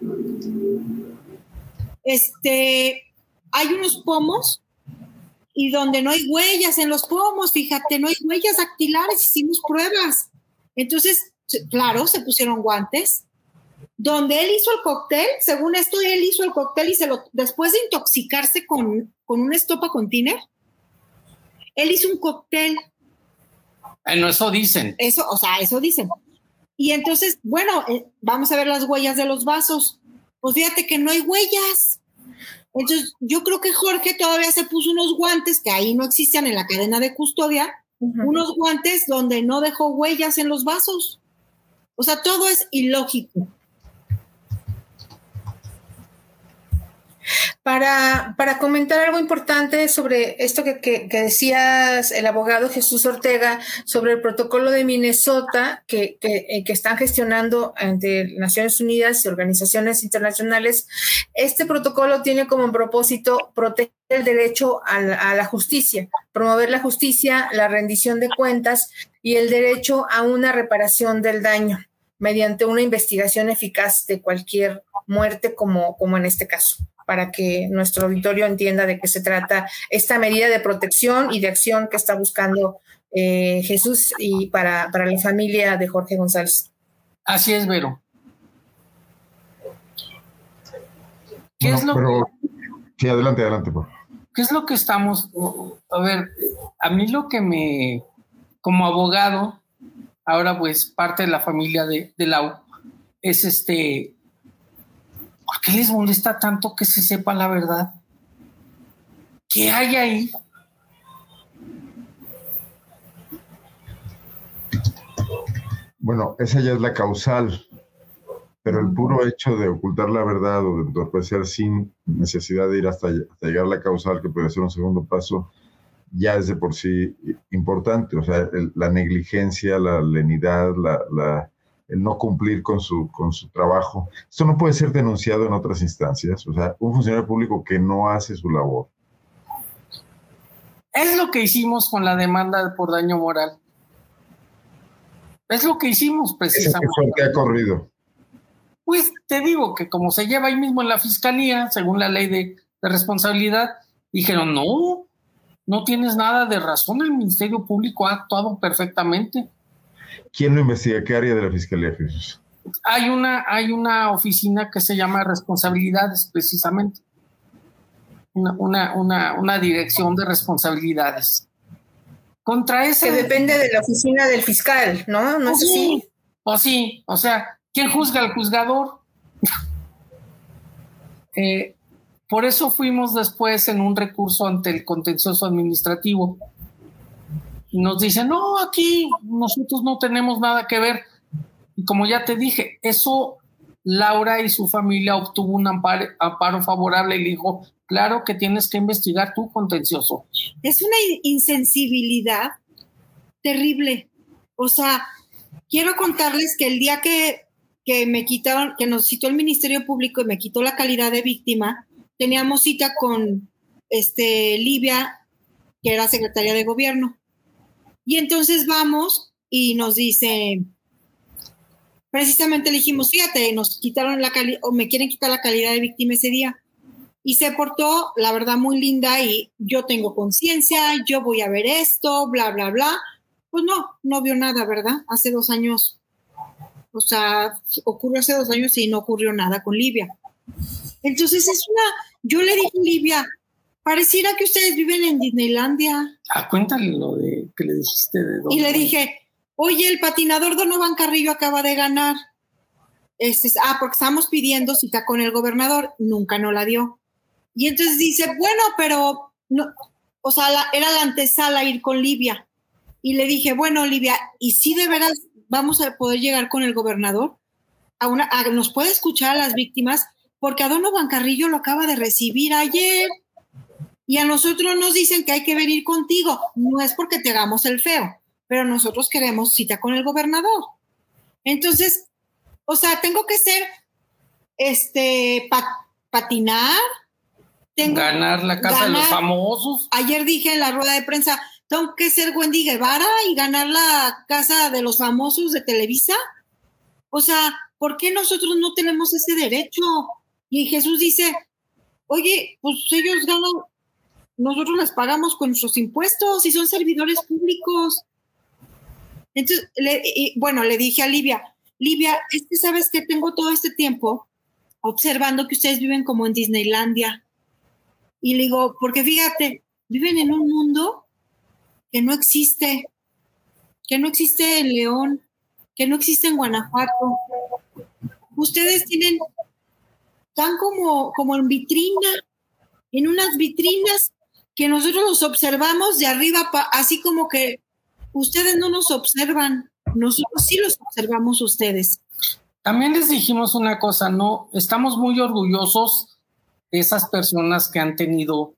Hay unos pomos y donde no hay huellas en los pomos, fíjate, no hay huellas dactilares, hicimos pruebas. Entonces, claro, se pusieron guantes. Donde él hizo el cóctel, según esto, él hizo el cóctel y después de intoxicarse con una estopa con tiner, él hizo un cóctel. No, eso dicen. Eso dicen. Y entonces, bueno, vamos a ver las huellas de los vasos. Pues fíjate que no hay huellas. Entonces, yo creo que Jorge todavía se puso unos guantes que ahí no existían en la cadena de custodia, unos guantes donde no dejó huellas en los vasos. O sea, todo es ilógico. Para comentar algo importante sobre esto que decías, el abogado Jesús Ortega, sobre el protocolo de Minnesota que están gestionando ante Naciones Unidas y organizaciones internacionales. Este protocolo tiene como propósito proteger el derecho a la justicia, promover la justicia, la rendición de cuentas y el derecho a una reparación del daño mediante una investigación eficaz de cualquier muerte como en este caso, para que nuestro auditorio entienda de qué se trata esta medida de protección y de acción que está buscando Jesús y para la familia de Jorge González. Así es, Vero. Sí, adelante, por favor. ¿Qué es lo que estamos? A ver, a mí lo que como abogado, ahora pues parte de la familia de Lau, es ¿por qué les molesta tanto que se sepa la verdad? ¿Qué hay ahí? Bueno, esa ya es la causal, pero el puro hecho de ocultar la verdad o de entorpecer sin necesidad de ir hasta llegar a la causal, que puede ser un segundo paso, ya es de por sí importante. O sea, la negligencia, la lenidad, el no cumplir con su trabajo. Esto no puede ser denunciado en otras instancias. O sea, un funcionario público que no hace su labor. Es lo que hicimos con la demanda por daño moral. Es lo que hicimos precisamente. ¿Eso qué ha corrido? Pues te digo que como se lleva ahí mismo en la fiscalía, según la ley de responsabilidad, dijeron, no tienes nada de razón, el Ministerio Público ha actuado perfectamente. ¿Quién lo investiga? ¿Qué área de la fiscalía, Jesús? Hay una oficina que se llama responsabilidades, precisamente. Una dirección de responsabilidades. Contra esa... Que depende de la oficina del fiscal, ¿no? ¿No es así? Sí, o sea, ¿quién juzga al juzgador? Por eso fuimos después en un recurso ante el contencioso administrativo. Y nos dicen, no, aquí nosotros no tenemos nada que ver. Y como ya te dije, eso Laura y su familia obtuvo un amparo favorable y le dijo, claro que tienes que investigar tu contencioso. Es una insensibilidad terrible. O sea, quiero contarles que el día que me quitaron, que nos citó el Ministerio Público y me quitó la calidad de víctima, teníamos cita con Livia, que era secretaria de gobierno. Y entonces vamos y nos dice, precisamente le dijimos, fíjate, nos quitaron la calidad, o me quieren quitar la calidad de víctima ese día. Y se portó, la verdad, muy linda y yo tengo conciencia, yo voy a ver esto, bla, bla, bla. Pues no vio nada, ¿verdad? Hace 2 años, o sea, ocurrió hace 2 años y no ocurrió nada con Livia. Entonces yo le dije a Livia, pareciera que ustedes viven en Disneylandia. Cuéntale lo de que le dijiste de Donovan. Y le dije, oye, el patinador Donovan Carrillo acaba de ganar. Porque estábamos pidiendo cita con el gobernador, nunca nos la dio. Y entonces dice, bueno, pero no, o sea, era la antesala ir con Livia. Y le dije, bueno, Livia, ¿y si de veras vamos a poder llegar con el gobernador? ¿Nos puede escuchar a las víctimas? Porque a Donovan Carrillo lo acaba de recibir ayer. Y a nosotros nos dicen que hay que venir contigo. No es porque te hagamos el feo, pero nosotros queremos cita con el gobernador. Entonces, o sea, tengo que ser, patinar. Ganar la casa de los famosos. Ayer dije en la rueda de prensa, tengo que ser Wendy Guevara y ganar la casa de los famosos de Televisa. O sea, ¿por qué nosotros no tenemos ese derecho? Y Jesús dice, oye, pues ellos ganan, nosotros les pagamos con nuestros impuestos y son servidores públicos. Entonces, le dije a Livia, es que sabes que tengo todo este tiempo observando que ustedes viven como en Disneylandia. Y le digo, porque fíjate, viven en un mundo que no existe en León, que no existe en Guanajuato. Ustedes están como en vitrina, en unas vitrinas que nosotros los observamos de arriba, así como que ustedes no nos observan, nosotros sí los observamos ustedes. También les dijimos una cosa, ¿no? Estamos muy orgullosos de esas personas que han tenido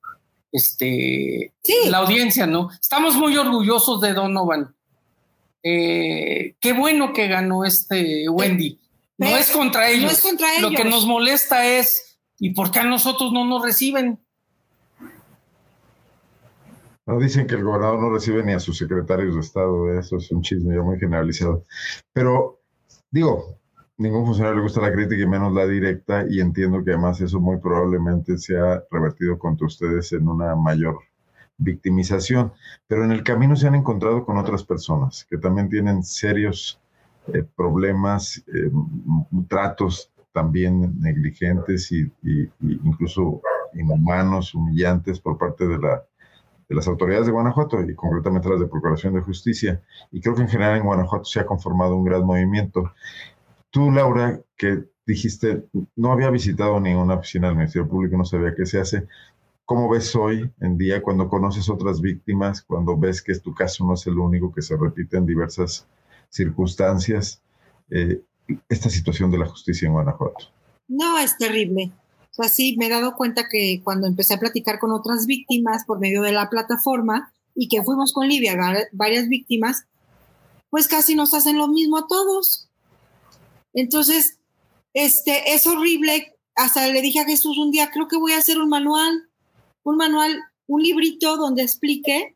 la audiencia, ¿no? Estamos muy orgullosos de Donovan. Qué bueno que ganó Wendy. No es contra ellos. No es contra ellos. Lo que nos molesta es, ¿y por qué a nosotros no nos reciben? No, dicen que el gobernador no recibe ni a sus secretarios de Estado. Eso es un chisme ya muy generalizado. Pero, digo, ningún funcionario le gusta la crítica y menos la directa, y entiendo que además eso muy probablemente se ha revertido contra ustedes en una mayor victimización. Pero en el camino se han encontrado con otras personas que también tienen serios problemas, tratos también negligentes y incluso inhumanos, humillantes por parte de las autoridades de Guanajuato y concretamente las de Procuración de Justicia. Y creo que en general en Guanajuato se ha conformado un gran movimiento. Tú, Laura, que dijiste no había visitado ninguna oficina del Ministerio Público, no sabía qué se hace. ¿Cómo ves hoy en día cuando conoces otras víctimas, cuando ves que tu caso no es el único, que se repite en diversas circunstancias, esta situación de la justicia en Guanajuato? No, es terrible. O sea, sí, me he dado cuenta que cuando empecé a platicar con otras víctimas por medio de la plataforma y que fuimos con Livia varias víctimas, pues casi nos hacen lo mismo a todos. Entonces, es horrible. Hasta le dije a Jesús un día, creo que voy a hacer un manual, un librito donde explique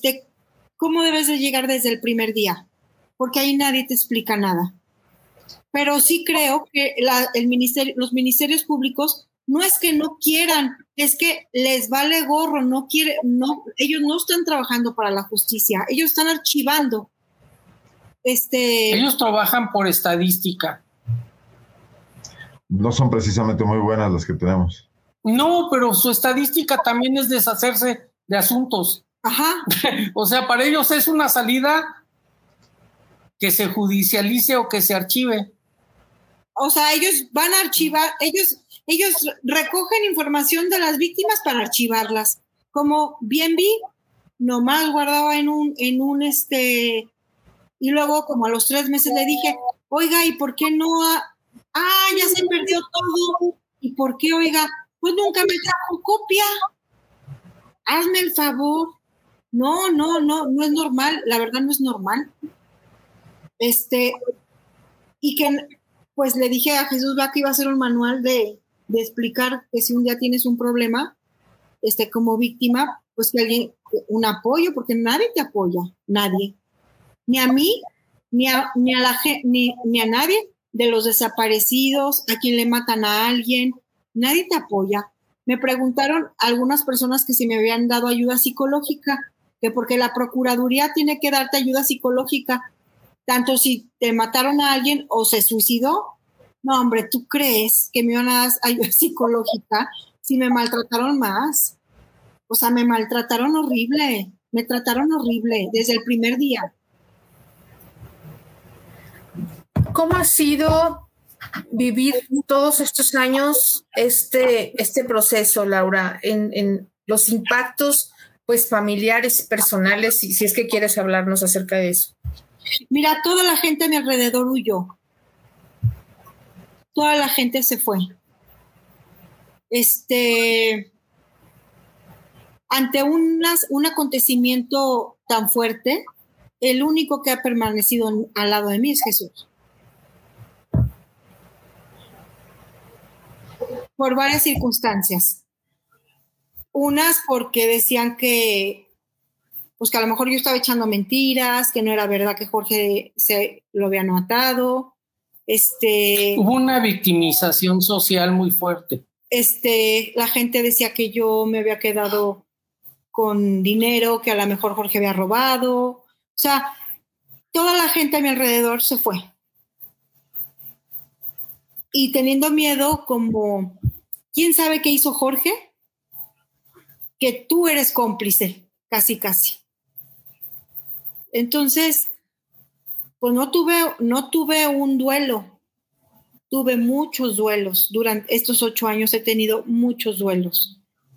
cómo debes de llegar desde el primer día, porque ahí nadie te explica nada. pero sí creo que los ministerios públicos no es que no quieran, es que les vale gorro, ellos no están trabajando para la justicia, ellos están archivando. Ellos trabajan por estadística. No son precisamente muy buenas las que tenemos. No, pero su estadística también es deshacerse de asuntos. Ajá. O sea, para ellos es una salida que se judicialice o que se archive. O sea, ellos van a archivar, ellos recogen información de las víctimas para archivarlas. Como bien vi, nomás guardaba en un y luego como a los 3 meses le dije, oiga, ¿y por qué no? Ya se perdió todo. ¿Y por qué, oiga? Pues nunca me trajo copia. Hazme el favor. No es normal. La verdad no es normal. Y que, pues le dije a Jesús que iba a hacer un manual de explicar que si un día tienes un problema, como víctima, pues que alguien, un apoyo, porque nadie te apoya, nadie. Ni a mí, ni a nadie de los desaparecidos, a quien le matan a alguien, nadie te apoya. Me preguntaron algunas personas que si me habían dado ayuda psicológica, que porque la Procuraduría tiene que darte ayuda psicológica, tanto si te mataron a alguien o se suicidó. No, hombre, ¿tú crees que me iban a dar ayuda psicológica si me maltrataron más? O sea, me maltrataron horrible, me trataron horrible desde el primer día. ¿Cómo ha sido vivir todos estos años este proceso, Laura, en los impactos pues familiares, personales, si es que quieres hablarnos acerca de eso? Mira, toda la gente a mi alrededor huyó. Toda la gente se fue. Ante un acontecimiento tan fuerte, el único que ha permanecido al lado de mí es Jesús. Por varias circunstancias. Unas porque decían que a lo mejor yo estaba echando mentiras, que no era verdad que Jorge se lo había matado. Hubo una victimización social muy fuerte. La gente decía que yo me había quedado con dinero, que a lo mejor Jorge había robado. O sea, toda la gente a mi alrededor se fue. Y teniendo miedo como, ¿quién sabe qué hizo Jorge? Que tú eres cómplice, casi. Entonces, pues no tuve un duelo. Tuve muchos duelos. Durante estos 8 años he tenido muchos duelos.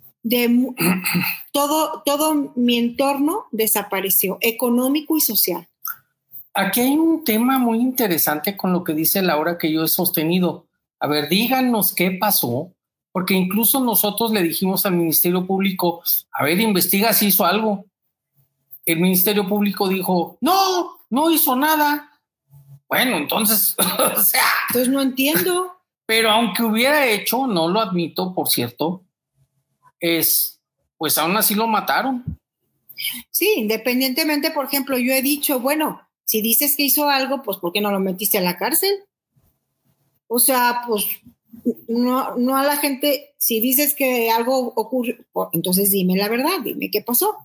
Todo mi entorno desapareció, económico y social. Aquí hay un tema muy interesante con lo que dice Laura que yo he sostenido. A ver, díganos qué pasó, porque incluso nosotros le dijimos al Ministerio Público, a ver, investiga si hizo algo. El Ministerio Público dijo, no hizo nada. Bueno, entonces, o sea... Entonces no entiendo. Pero aunque hubiera hecho, no lo admito, por cierto, pues aún así lo mataron. Sí, independientemente, por ejemplo, yo he dicho, bueno, si dices que hizo algo, pues ¿por qué no lo metiste a la cárcel? O sea, pues no a la gente, si dices que algo ocurrió, entonces dime la verdad, dime qué pasó.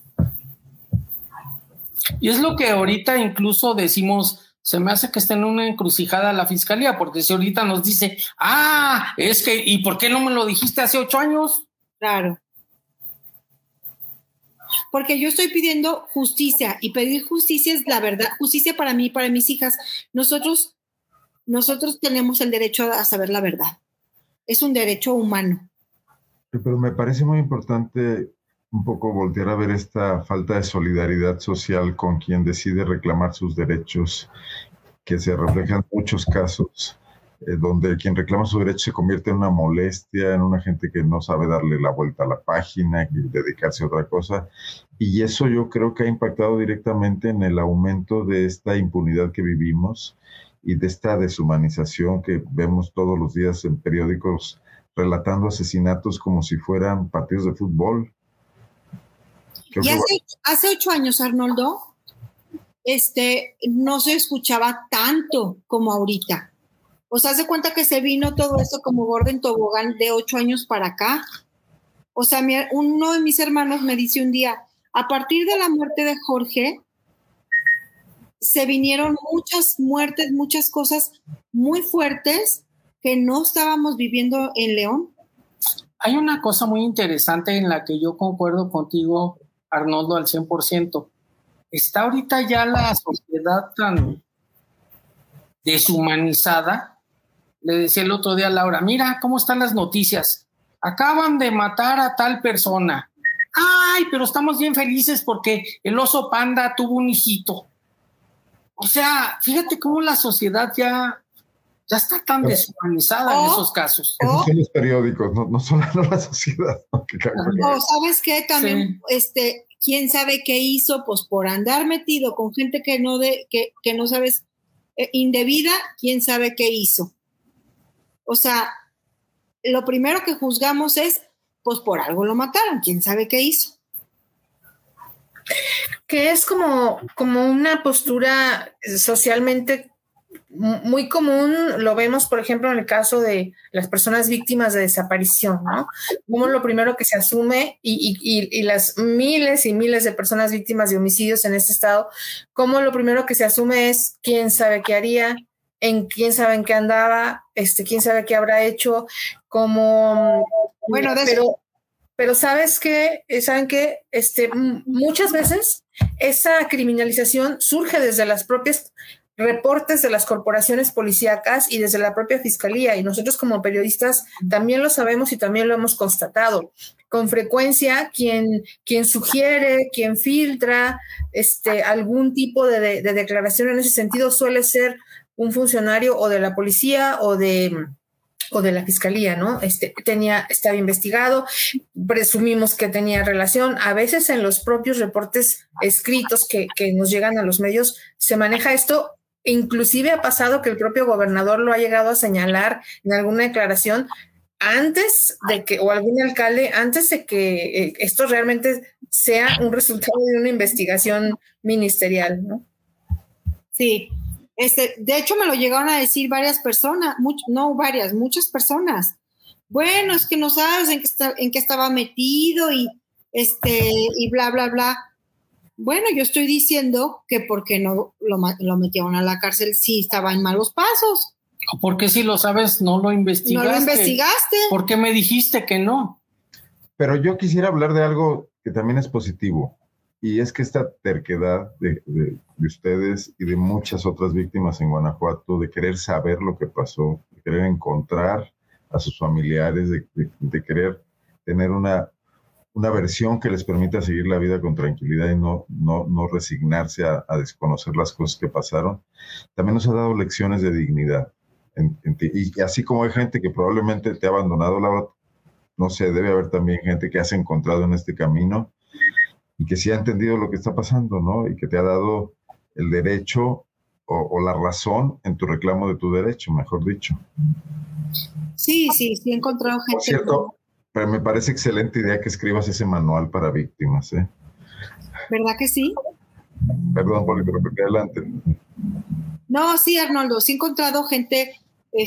Y es lo que ahorita incluso decimos, se me hace que está en una encrucijada la fiscalía, porque si ahorita nos dice, es que, ¿y por qué no me lo dijiste hace 8 años? Claro. Porque yo estoy pidiendo justicia, y pedir justicia es la verdad, justicia para mí, para mis hijas. Nosotros tenemos el derecho a saber la verdad. Es un derecho humano. Pero me parece muy importante un poco voltear a ver esta falta de solidaridad social con quien decide reclamar sus derechos, que se reflejan en muchos casos, donde quien reclama su derecho se convierte en una molestia, en una gente que no sabe darle la vuelta a la página y dedicarse a otra cosa. Y eso yo creo que ha impactado directamente en el aumento de esta impunidad que vivimos y de esta deshumanización que vemos todos los días en periódicos relatando asesinatos como si fueran partidos de fútbol. Y hace 8 años, Arnoldo, no se escuchaba tanto como ahorita. O sea, haz de cuenta que se vino todo esto como gordo en tobogán de 8 años para acá. O sea, uno de mis hermanos me dice un día, a partir de la muerte de Jorge, se vinieron muchas muertes, muchas cosas muy fuertes que no estábamos viviendo en León. Hay una cosa muy interesante en la que yo concuerdo contigo, Arnoldo, al 100%. Está ahorita ya la sociedad tan deshumanizada. Le decía el otro día a Laura, mira cómo están las noticias. Acaban de matar a tal persona. Ay, pero estamos bien felices porque el oso panda tuvo un hijito. O sea, fíjate cómo la sociedad ya está tan deshumanizada en esos casos. Esos son los periódicos, no son la sociedad. ¿Sabes qué? También, sí. ¿Quién sabe qué hizo? Pues por andar metido con gente que no sabes, indebida, ¿quién sabe qué hizo? O sea, lo primero que juzgamos es, pues por algo lo mataron, ¿quién sabe qué hizo? Que es como una postura socialmente muy común, lo vemos, por ejemplo, en el caso de las personas víctimas de desaparición, ¿no? Como lo primero que se asume, y las miles y miles de personas víctimas de homicidios en este estado, como lo primero que se asume es quién sabe qué haría, quién sabe en qué andaba, quién sabe qué habrá hecho, pero ¿sabes qué? ¿Saben qué? Muchas veces esa criminalización surge desde las propias reportes de las corporaciones policíacas y desde la propia fiscalía, y nosotros como periodistas también lo sabemos y también lo hemos constatado. Con frecuencia, quien sugiere, quien filtra algún tipo de declaración en ese sentido suele ser un funcionario o de la policía o de la fiscalía, ¿no? Estaba investigado, presumimos que tenía relación. A veces en los propios reportes escritos que nos llegan a los medios se maneja esto. Inclusive ha pasado que el propio gobernador lo ha llegado a señalar en alguna declaración antes de que, o algún alcalde, antes de que esto realmente sea un resultado de una investigación ministerial, ¿no? Sí. De hecho, me lo llegaron a decir varias personas, muchas personas. Bueno, es que no sabes en qué estaba metido y bla, bla, bla. Bueno, yo estoy diciendo que porque no lo metieron a la cárcel si estaba en malos pasos. ¿Por qué si lo sabes no lo investigaste? No lo investigaste. ¿Por qué me dijiste que no? Pero yo quisiera hablar de algo que también es positivo. Y es que esta terquedad de ustedes y de muchas otras víctimas en Guanajuato, de querer saber lo que pasó, de querer encontrar a sus familiares, de querer tener una versión que les permita seguir la vida con tranquilidad y no resignarse a desconocer las cosas que pasaron, también nos ha dado lecciones de dignidad. Y así como hay gente que probablemente te ha abandonado, Laura, no sé, debe haber también gente que has encontrado en este camino y que sí ha entendido lo que está pasando, ¿no? Y que te ha dado el derecho o la razón en tu reclamo de tu derecho, mejor dicho. Sí, he encontrado gente. Por cierto, pero me parece excelente idea que escribas ese manual para víctimas, ¿eh? ¿Verdad que sí? Perdón, Poli, pero adelante. No, sí, Arnoldo, sí he encontrado gente,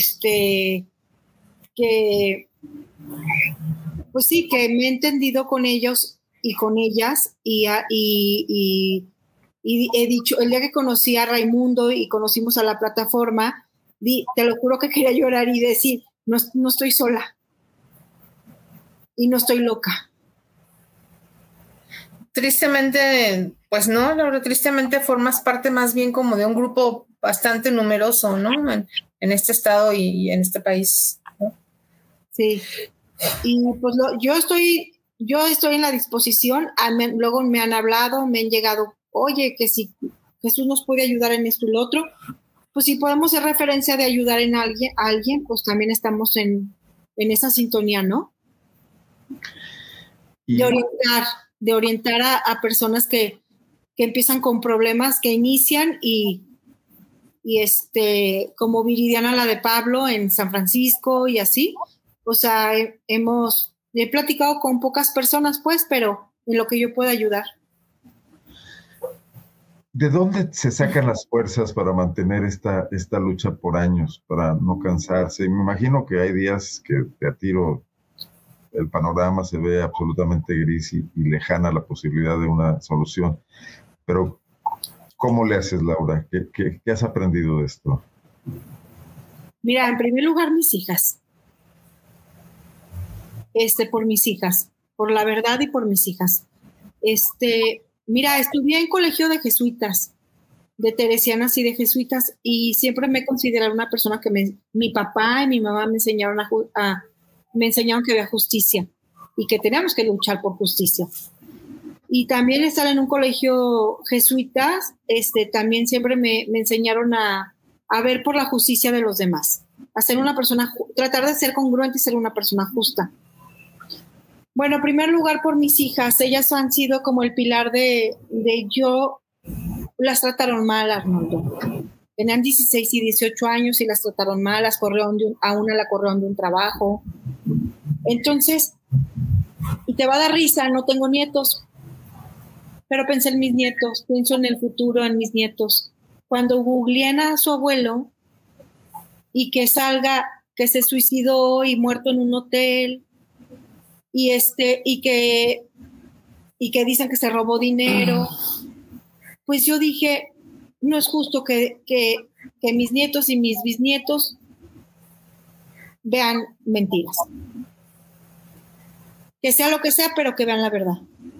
que, pues sí, que me he entendido con ellos y con ellas y he dicho, el día que conocí a Raimundo y conocimos a la plataforma, te lo juro que quería llorar y decir, no estoy sola y no estoy loca. Tristemente, pues no, Laura, tristemente formas parte más bien como de un grupo bastante numeroso, ¿no? En este estado y en este país, ¿no? Sí. Y pues yo estoy en la disposición. Luego me han hablado, me han llegado, oye, que si Jesús nos puede ayudar en esto y lo otro, pues si podemos hacer referencia de ayudar a alguien, pues también estamos en esa sintonía, ¿no? De orientar a personas que empiezan con problemas, que inician y como Viridiana, la de Pablo en San Francisco y así. O sea, he platicado con pocas personas, pues, pero en lo que yo pueda ayudar. ¿De dónde se sacan las fuerzas para mantener esta lucha por años, para no cansarse? Me imagino que hay días que de a tiro el panorama se ve absolutamente gris y lejana la posibilidad de una solución. Pero, ¿cómo le haces, Laura? ¿Qué has aprendido de esto? Mira, en primer lugar, mis hijas. Por mis hijas, por la verdad y por mis hijas. Mira, estudié en colegio de jesuitas, de teresianas y de jesuitas, y siempre me he considerado una persona que mi papá y mi mamá me enseñaron que había justicia y que teníamos que luchar por justicia. Y también estar en un colegio jesuitas, también siempre me enseñaron a ver por la justicia de los demás, a ser una persona, tratar de ser congruente y ser una persona justa. Bueno, en primer lugar por mis hijas, ellas han sido como el pilar de yo, las trataron mal, Arnoldo. Tenían 16 y 18 años y las trataron mal, a una la corrieron de un trabajo. Entonces, y te va a dar risa, no tengo nietos, pero pensé en mis nietos, pienso en el futuro, en mis nietos. Cuando googleen a su abuelo y que salga que se suicidó y muerto en un hotel, y que dicen que se robó dinero, pues yo dije, no es justo que mis nietos y mis bisnietos vean mentiras. Que sea lo que sea, pero que vean la verdad.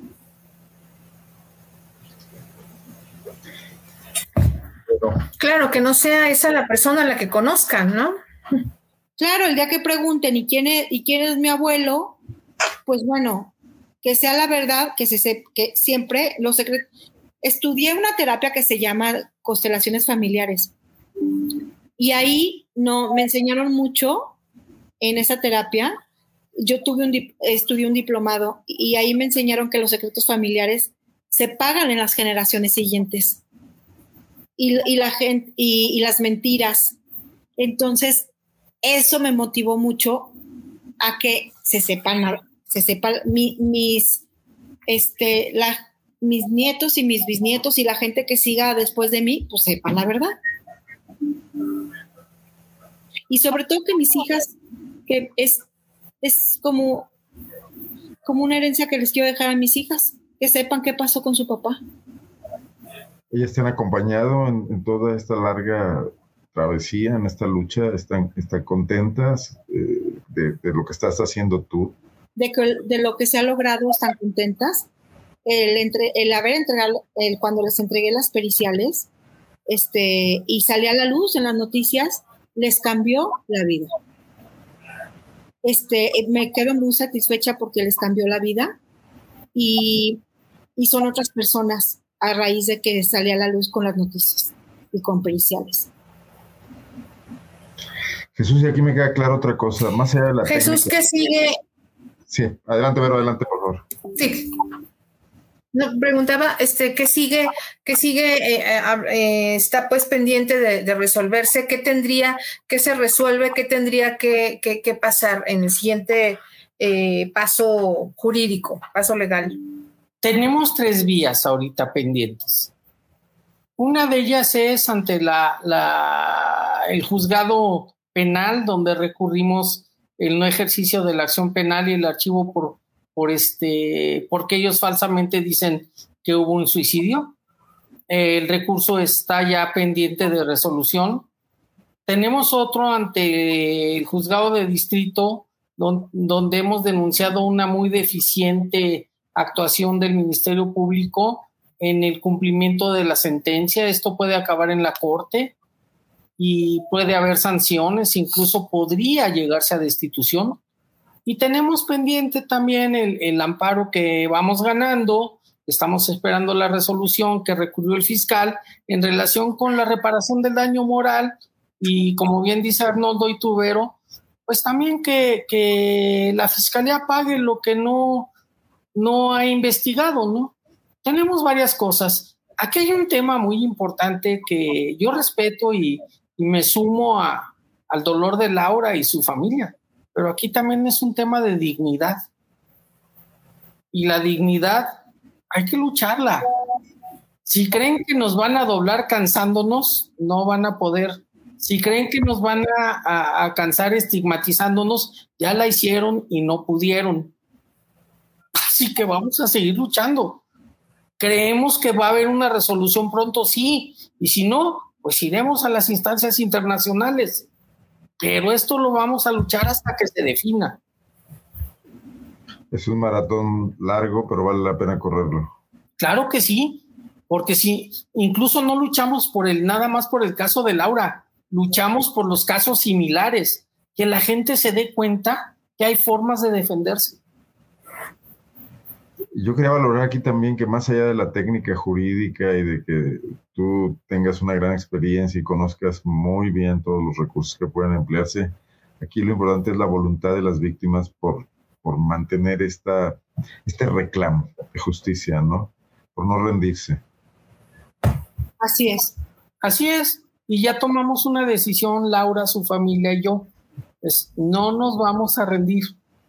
Claro, que no sea esa la persona a la que conozcan, ¿no? Claro, el día que pregunten ¿y quién es mi abuelo? Pues bueno, que sea la verdad, que siempre los secretos. Estudié una terapia que se llama constelaciones familiares y ahí me enseñaron mucho en esa terapia. Yo estudié un diplomado y ahí me enseñaron que los secretos familiares se pagan en las generaciones siguientes y la gente y las mentiras. Entonces eso me motivó mucho a que se sepan mis nietos y mis bisnietos y la gente que siga después de mí, pues sepan la verdad. Y sobre todo que mis hijas, que es como una herencia que les quiero dejar a mis hijas, que sepan qué pasó con su papá. ¿Ellas te han acompañado en toda esta larga travesía, en esta lucha? ¿Están contentas de lo que estás haciendo tú? De lo que se ha logrado, están contentas. El haber entregado, cuando les entregué las periciales, y salí a la luz en las noticias, les cambió la vida. Me quedo muy satisfecha porque les cambió la vida y son otras personas a raíz de que salí a la luz con las noticias y con periciales. Jesús, y aquí me queda claro otra cosa, más allá de la Jesús, técnica. ¿qué sigue? Sí, adelante, Vero, adelante, por favor. Sí. No, preguntaba, ¿qué sigue? Está pues pendiente de resolverse. ¿Qué tendría que se resuelve? ¿Qué tendría que pasar en el siguiente paso jurídico, paso legal? Tenemos 3 vías ahorita pendientes. Una de ellas es ante el juzgado penal, donde recurrimos el no ejercicio de la acción penal y el archivo porque ellos falsamente dicen que hubo un suicidio. El recurso está ya pendiente de resolución. Tenemos otro ante el juzgado de distrito, donde hemos denunciado una muy deficiente actuación del Ministerio Público en el cumplimiento de la sentencia. Esto puede acabar en la corte y puede haber sanciones, incluso podría llegarse a destitución. Y tenemos pendiente también el amparo que vamos ganando. Estamos esperando la resolución que recurrió el fiscal en relación con la reparación del daño moral y, como bien dice Arnoldo Itubero, pues también que la fiscalía pague lo que no ha investigado, ¿no? Tenemos varias cosas. Aquí hay un tema muy importante que yo respeto y me sumo al dolor de Laura y su familia, pero aquí también es un tema de dignidad. Y la dignidad hay que lucharla. Si creen que nos van a doblar cansándonos, no van a poder. Si creen que nos van a cansar estigmatizándonos, ya la hicieron y no pudieron. Así que vamos a seguir luchando. ¿Creemos que va a haber una resolución pronto? Sí. Y si no, pues iremos a las instancias internacionales. Pero esto lo vamos a luchar hasta que se defina. Es un maratón largo, pero vale la pena correrlo. Claro que sí, porque si incluso no luchamos nada más por el caso de Laura, luchamos por los casos similares, que la gente se dé cuenta que hay formas de defenderse. Yo quería valorar aquí también que más allá de la técnica jurídica y de que tú tengas una gran experiencia y conozcas muy bien todos los recursos que pueden emplearse, aquí lo importante es la voluntad de las víctimas por mantener este reclamo de justicia, ¿no? Por no rendirse. Así es. Así es. Y ya tomamos una decisión, Laura, su familia y yo. Pues no nos vamos a rendir.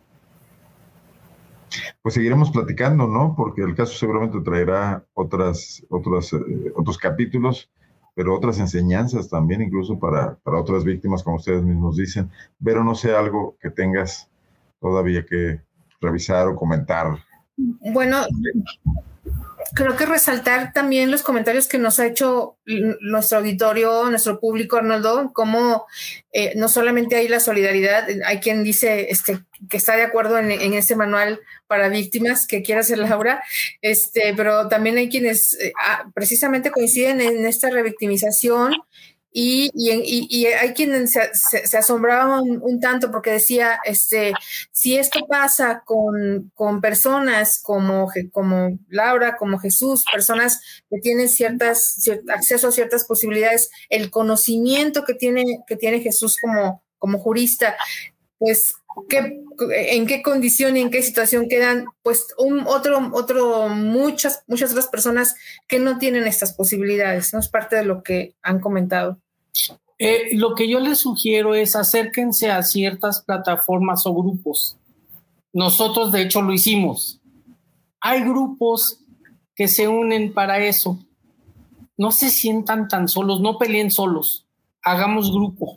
Pues seguiremos platicando, ¿no? Porque el caso seguramente traerá otros capítulos, pero otras enseñanzas también, incluso para otras víctimas, como ustedes mismos dicen. Pero no sé, algo que tengas todavía que revisar o comentar. Bueno, creo que resaltar también los comentarios que nos ha hecho nuestro auditorio, nuestro público, Arnoldo, como no solamente hay la solidaridad, hay quien dice que está de acuerdo en ese manual para víctimas que quiere hacer Laura, pero también hay quienes precisamente coinciden en esta revictimización. Y hay quienes se asombraban un tanto porque decía, si esto pasa con personas como Laura, como Jesús, personas que tienen acceso a ciertas posibilidades, el conocimiento que tiene Jesús como jurista, pues ¿en qué condición y en qué situación quedan pues muchas otras personas que no tienen estas posibilidades? No es parte de lo que han comentado. Lo que yo les sugiero es acérquense a ciertas plataformas o grupos. Nosotros de hecho lo hicimos. Hay grupos que se unen para eso. No se sientan tan solos, no peleen solos. Hagamos grupo.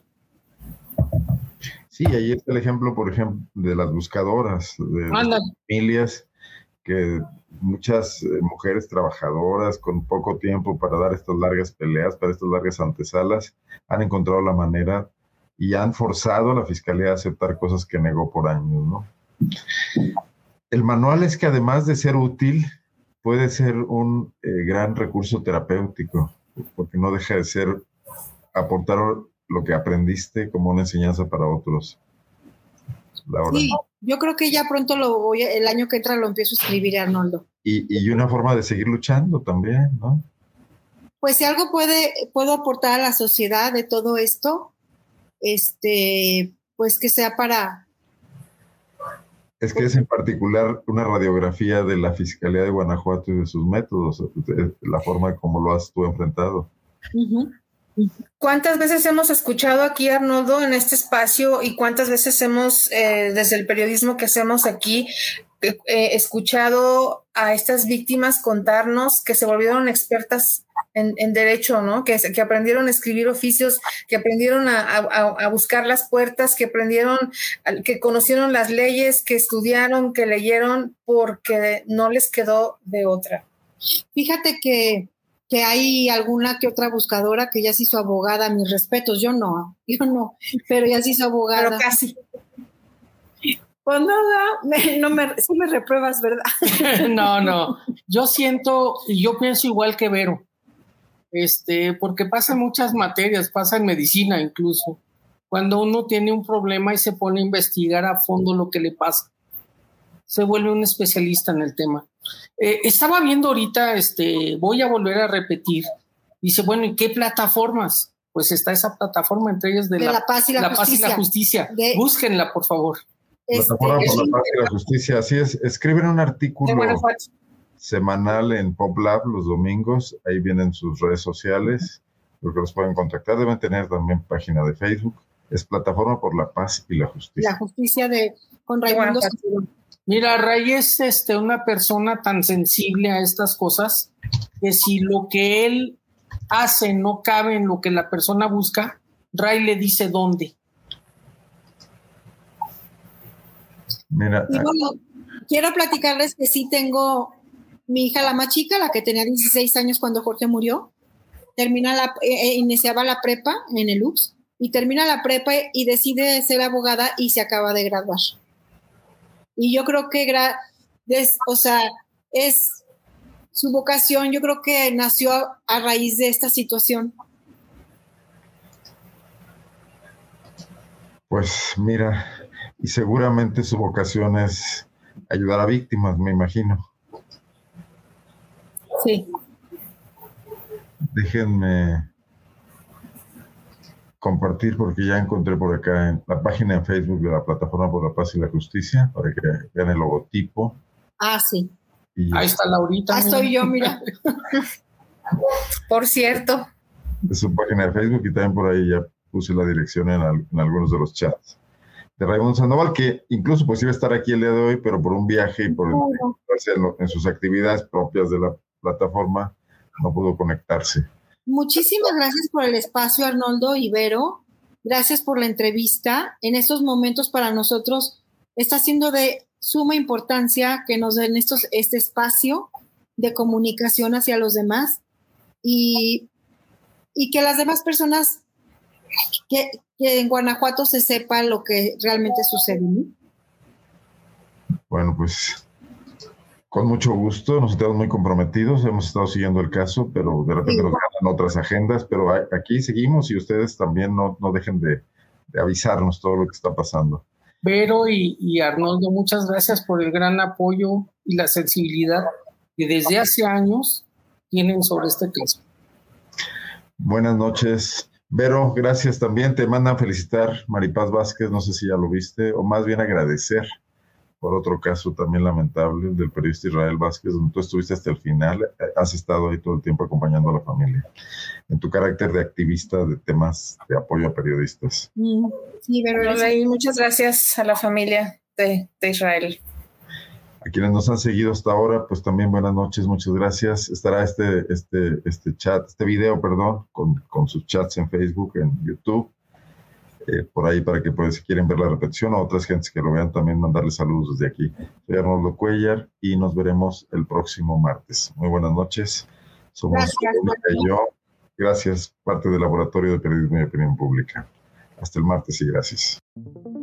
Sí, ahí está el ejemplo, por ejemplo, de las buscadoras, de las familias, que muchas mujeres trabajadoras con poco tiempo para dar estas largas peleas, para estas largas antesalas, han encontrado la manera y han forzado a la Fiscalía a aceptar cosas que negó por años, ¿no? El manual es que además de ser útil, puede ser un gran recurso terapéutico, porque no deja de ser aportar lo que aprendiste como una enseñanza para otros. Laura. Sí, yo creo que ya pronto el año que entra lo empiezo a escribir, Arnoldo. Y una forma de seguir luchando también, ¿no? Pues si algo puedo aportar a la sociedad de todo esto, pues que sea para... Es que es en particular una radiografía de la Fiscalía de Guanajuato y de sus métodos, la forma como lo has tú enfrentado. Uh-huh. ¿Cuántas veces hemos escuchado aquí, Arnoldo, en este espacio, y cuántas veces hemos, desde el periodismo que hacemos aquí, escuchado a estas víctimas contarnos que se volvieron expertas en derecho, ¿no? Que aprendieron a escribir oficios, que aprendieron a buscar las puertas, que conocieron las leyes, que estudiaron, que leyeron, porque no les quedó de otra? Fíjate que hay alguna que otra buscadora que ya se hizo abogada, mis respetos, yo no, pero ya se hizo abogada. Pero casi. Pues sí me repruebas, ¿verdad? No, yo siento y yo pienso igual que Vero, porque pasa en muchas materias, pasa en medicina incluso, cuando uno tiene un problema y se pone a investigar a fondo lo que le pasa, se vuelve un especialista en el tema. Estaba viendo ahorita, voy a volver a repetir, dice, bueno, ¿y qué plataformas? Pues está esa plataforma, entre ellas de la Paz y la Justicia. Búsquenla, por favor. Plataforma por la Paz y la Justicia, así es. Escriben un artículo semanal en PopLab los domingos, ahí vienen sus redes sociales, porque los pueden contactar, deben tener también página de Facebook. Es Plataforma por la Paz y la Justicia. La justicia con Raimundo Santillán. Mira, Ray es una persona tan sensible a estas cosas que si lo que él hace no cabe en lo que la persona busca, Ray le dice dónde. Mira, y bueno, quiero platicarles que sí tengo mi hija, la más chica, la que tenía 16 años cuando Jorge murió, iniciaba la prepa en el UPS y termina la prepa y decide ser abogada y se acaba de graduar. Y yo creo que es su vocación, yo creo que nació a raíz de esta situación. Pues mira, y seguramente su vocación es ayudar a víctimas, me imagino. Sí. Déjenme compartir porque ya encontré por acá en la página de Facebook de la Plataforma por la Paz y la Justicia para que vean el logotipo. Ah, sí. Y ahí está Laurita. Estoy yo, mira. Por cierto. De su página de Facebook y también por ahí ya puse la dirección en algunos de los chats. De Raimundo Sandoval, que incluso pues iba a estar aquí el día de hoy, pero por un viaje y por en sus actividades propias de la plataforma no pudo conectarse. Muchísimas gracias por el espacio, Arnoldo y Vero. Gracias por la entrevista. En estos momentos para nosotros está siendo de suma importancia que nos den este espacio de comunicación hacia los demás y que las demás personas que en Guanajuato se sepa lo que realmente sucede, ¿no? Bueno, pues con mucho gusto, nos estamos muy comprometidos, hemos estado siguiendo el caso, pero de repente nos ganan otras agendas, pero aquí seguimos y ustedes también no dejen de avisarnos todo lo que está pasando. Vero y Arnoldo, muchas gracias por el gran apoyo y la sensibilidad que desde hace años tienen sobre este caso. Buenas noches. Vero, gracias también. Te mandan felicitar Maripaz Vázquez, no sé si ya lo viste, o más bien agradecer por otro caso también lamentable del periodista Israel Vázquez, donde tú estuviste hasta el final, has estado ahí todo el tiempo acompañando a la familia, en tu carácter de activista de temas de apoyo a periodistas. Sí, pero muchas gracias a la familia de Israel. A quienes nos han seguido hasta ahora, pues también buenas noches, muchas gracias. Estará este video, con sus chats en Facebook, en YouTube, por ahí para que pues, si quieren ver la repetición o otras gentes que lo vean, también mandarles saludos desde aquí. Soy Arnoldo Cuellar y nos veremos el próximo martes. Muy buenas noches. Somos Mónica y yo. Gracias, parte del Laboratorio de Periodismo y Opinión Pública. Hasta el martes y gracias.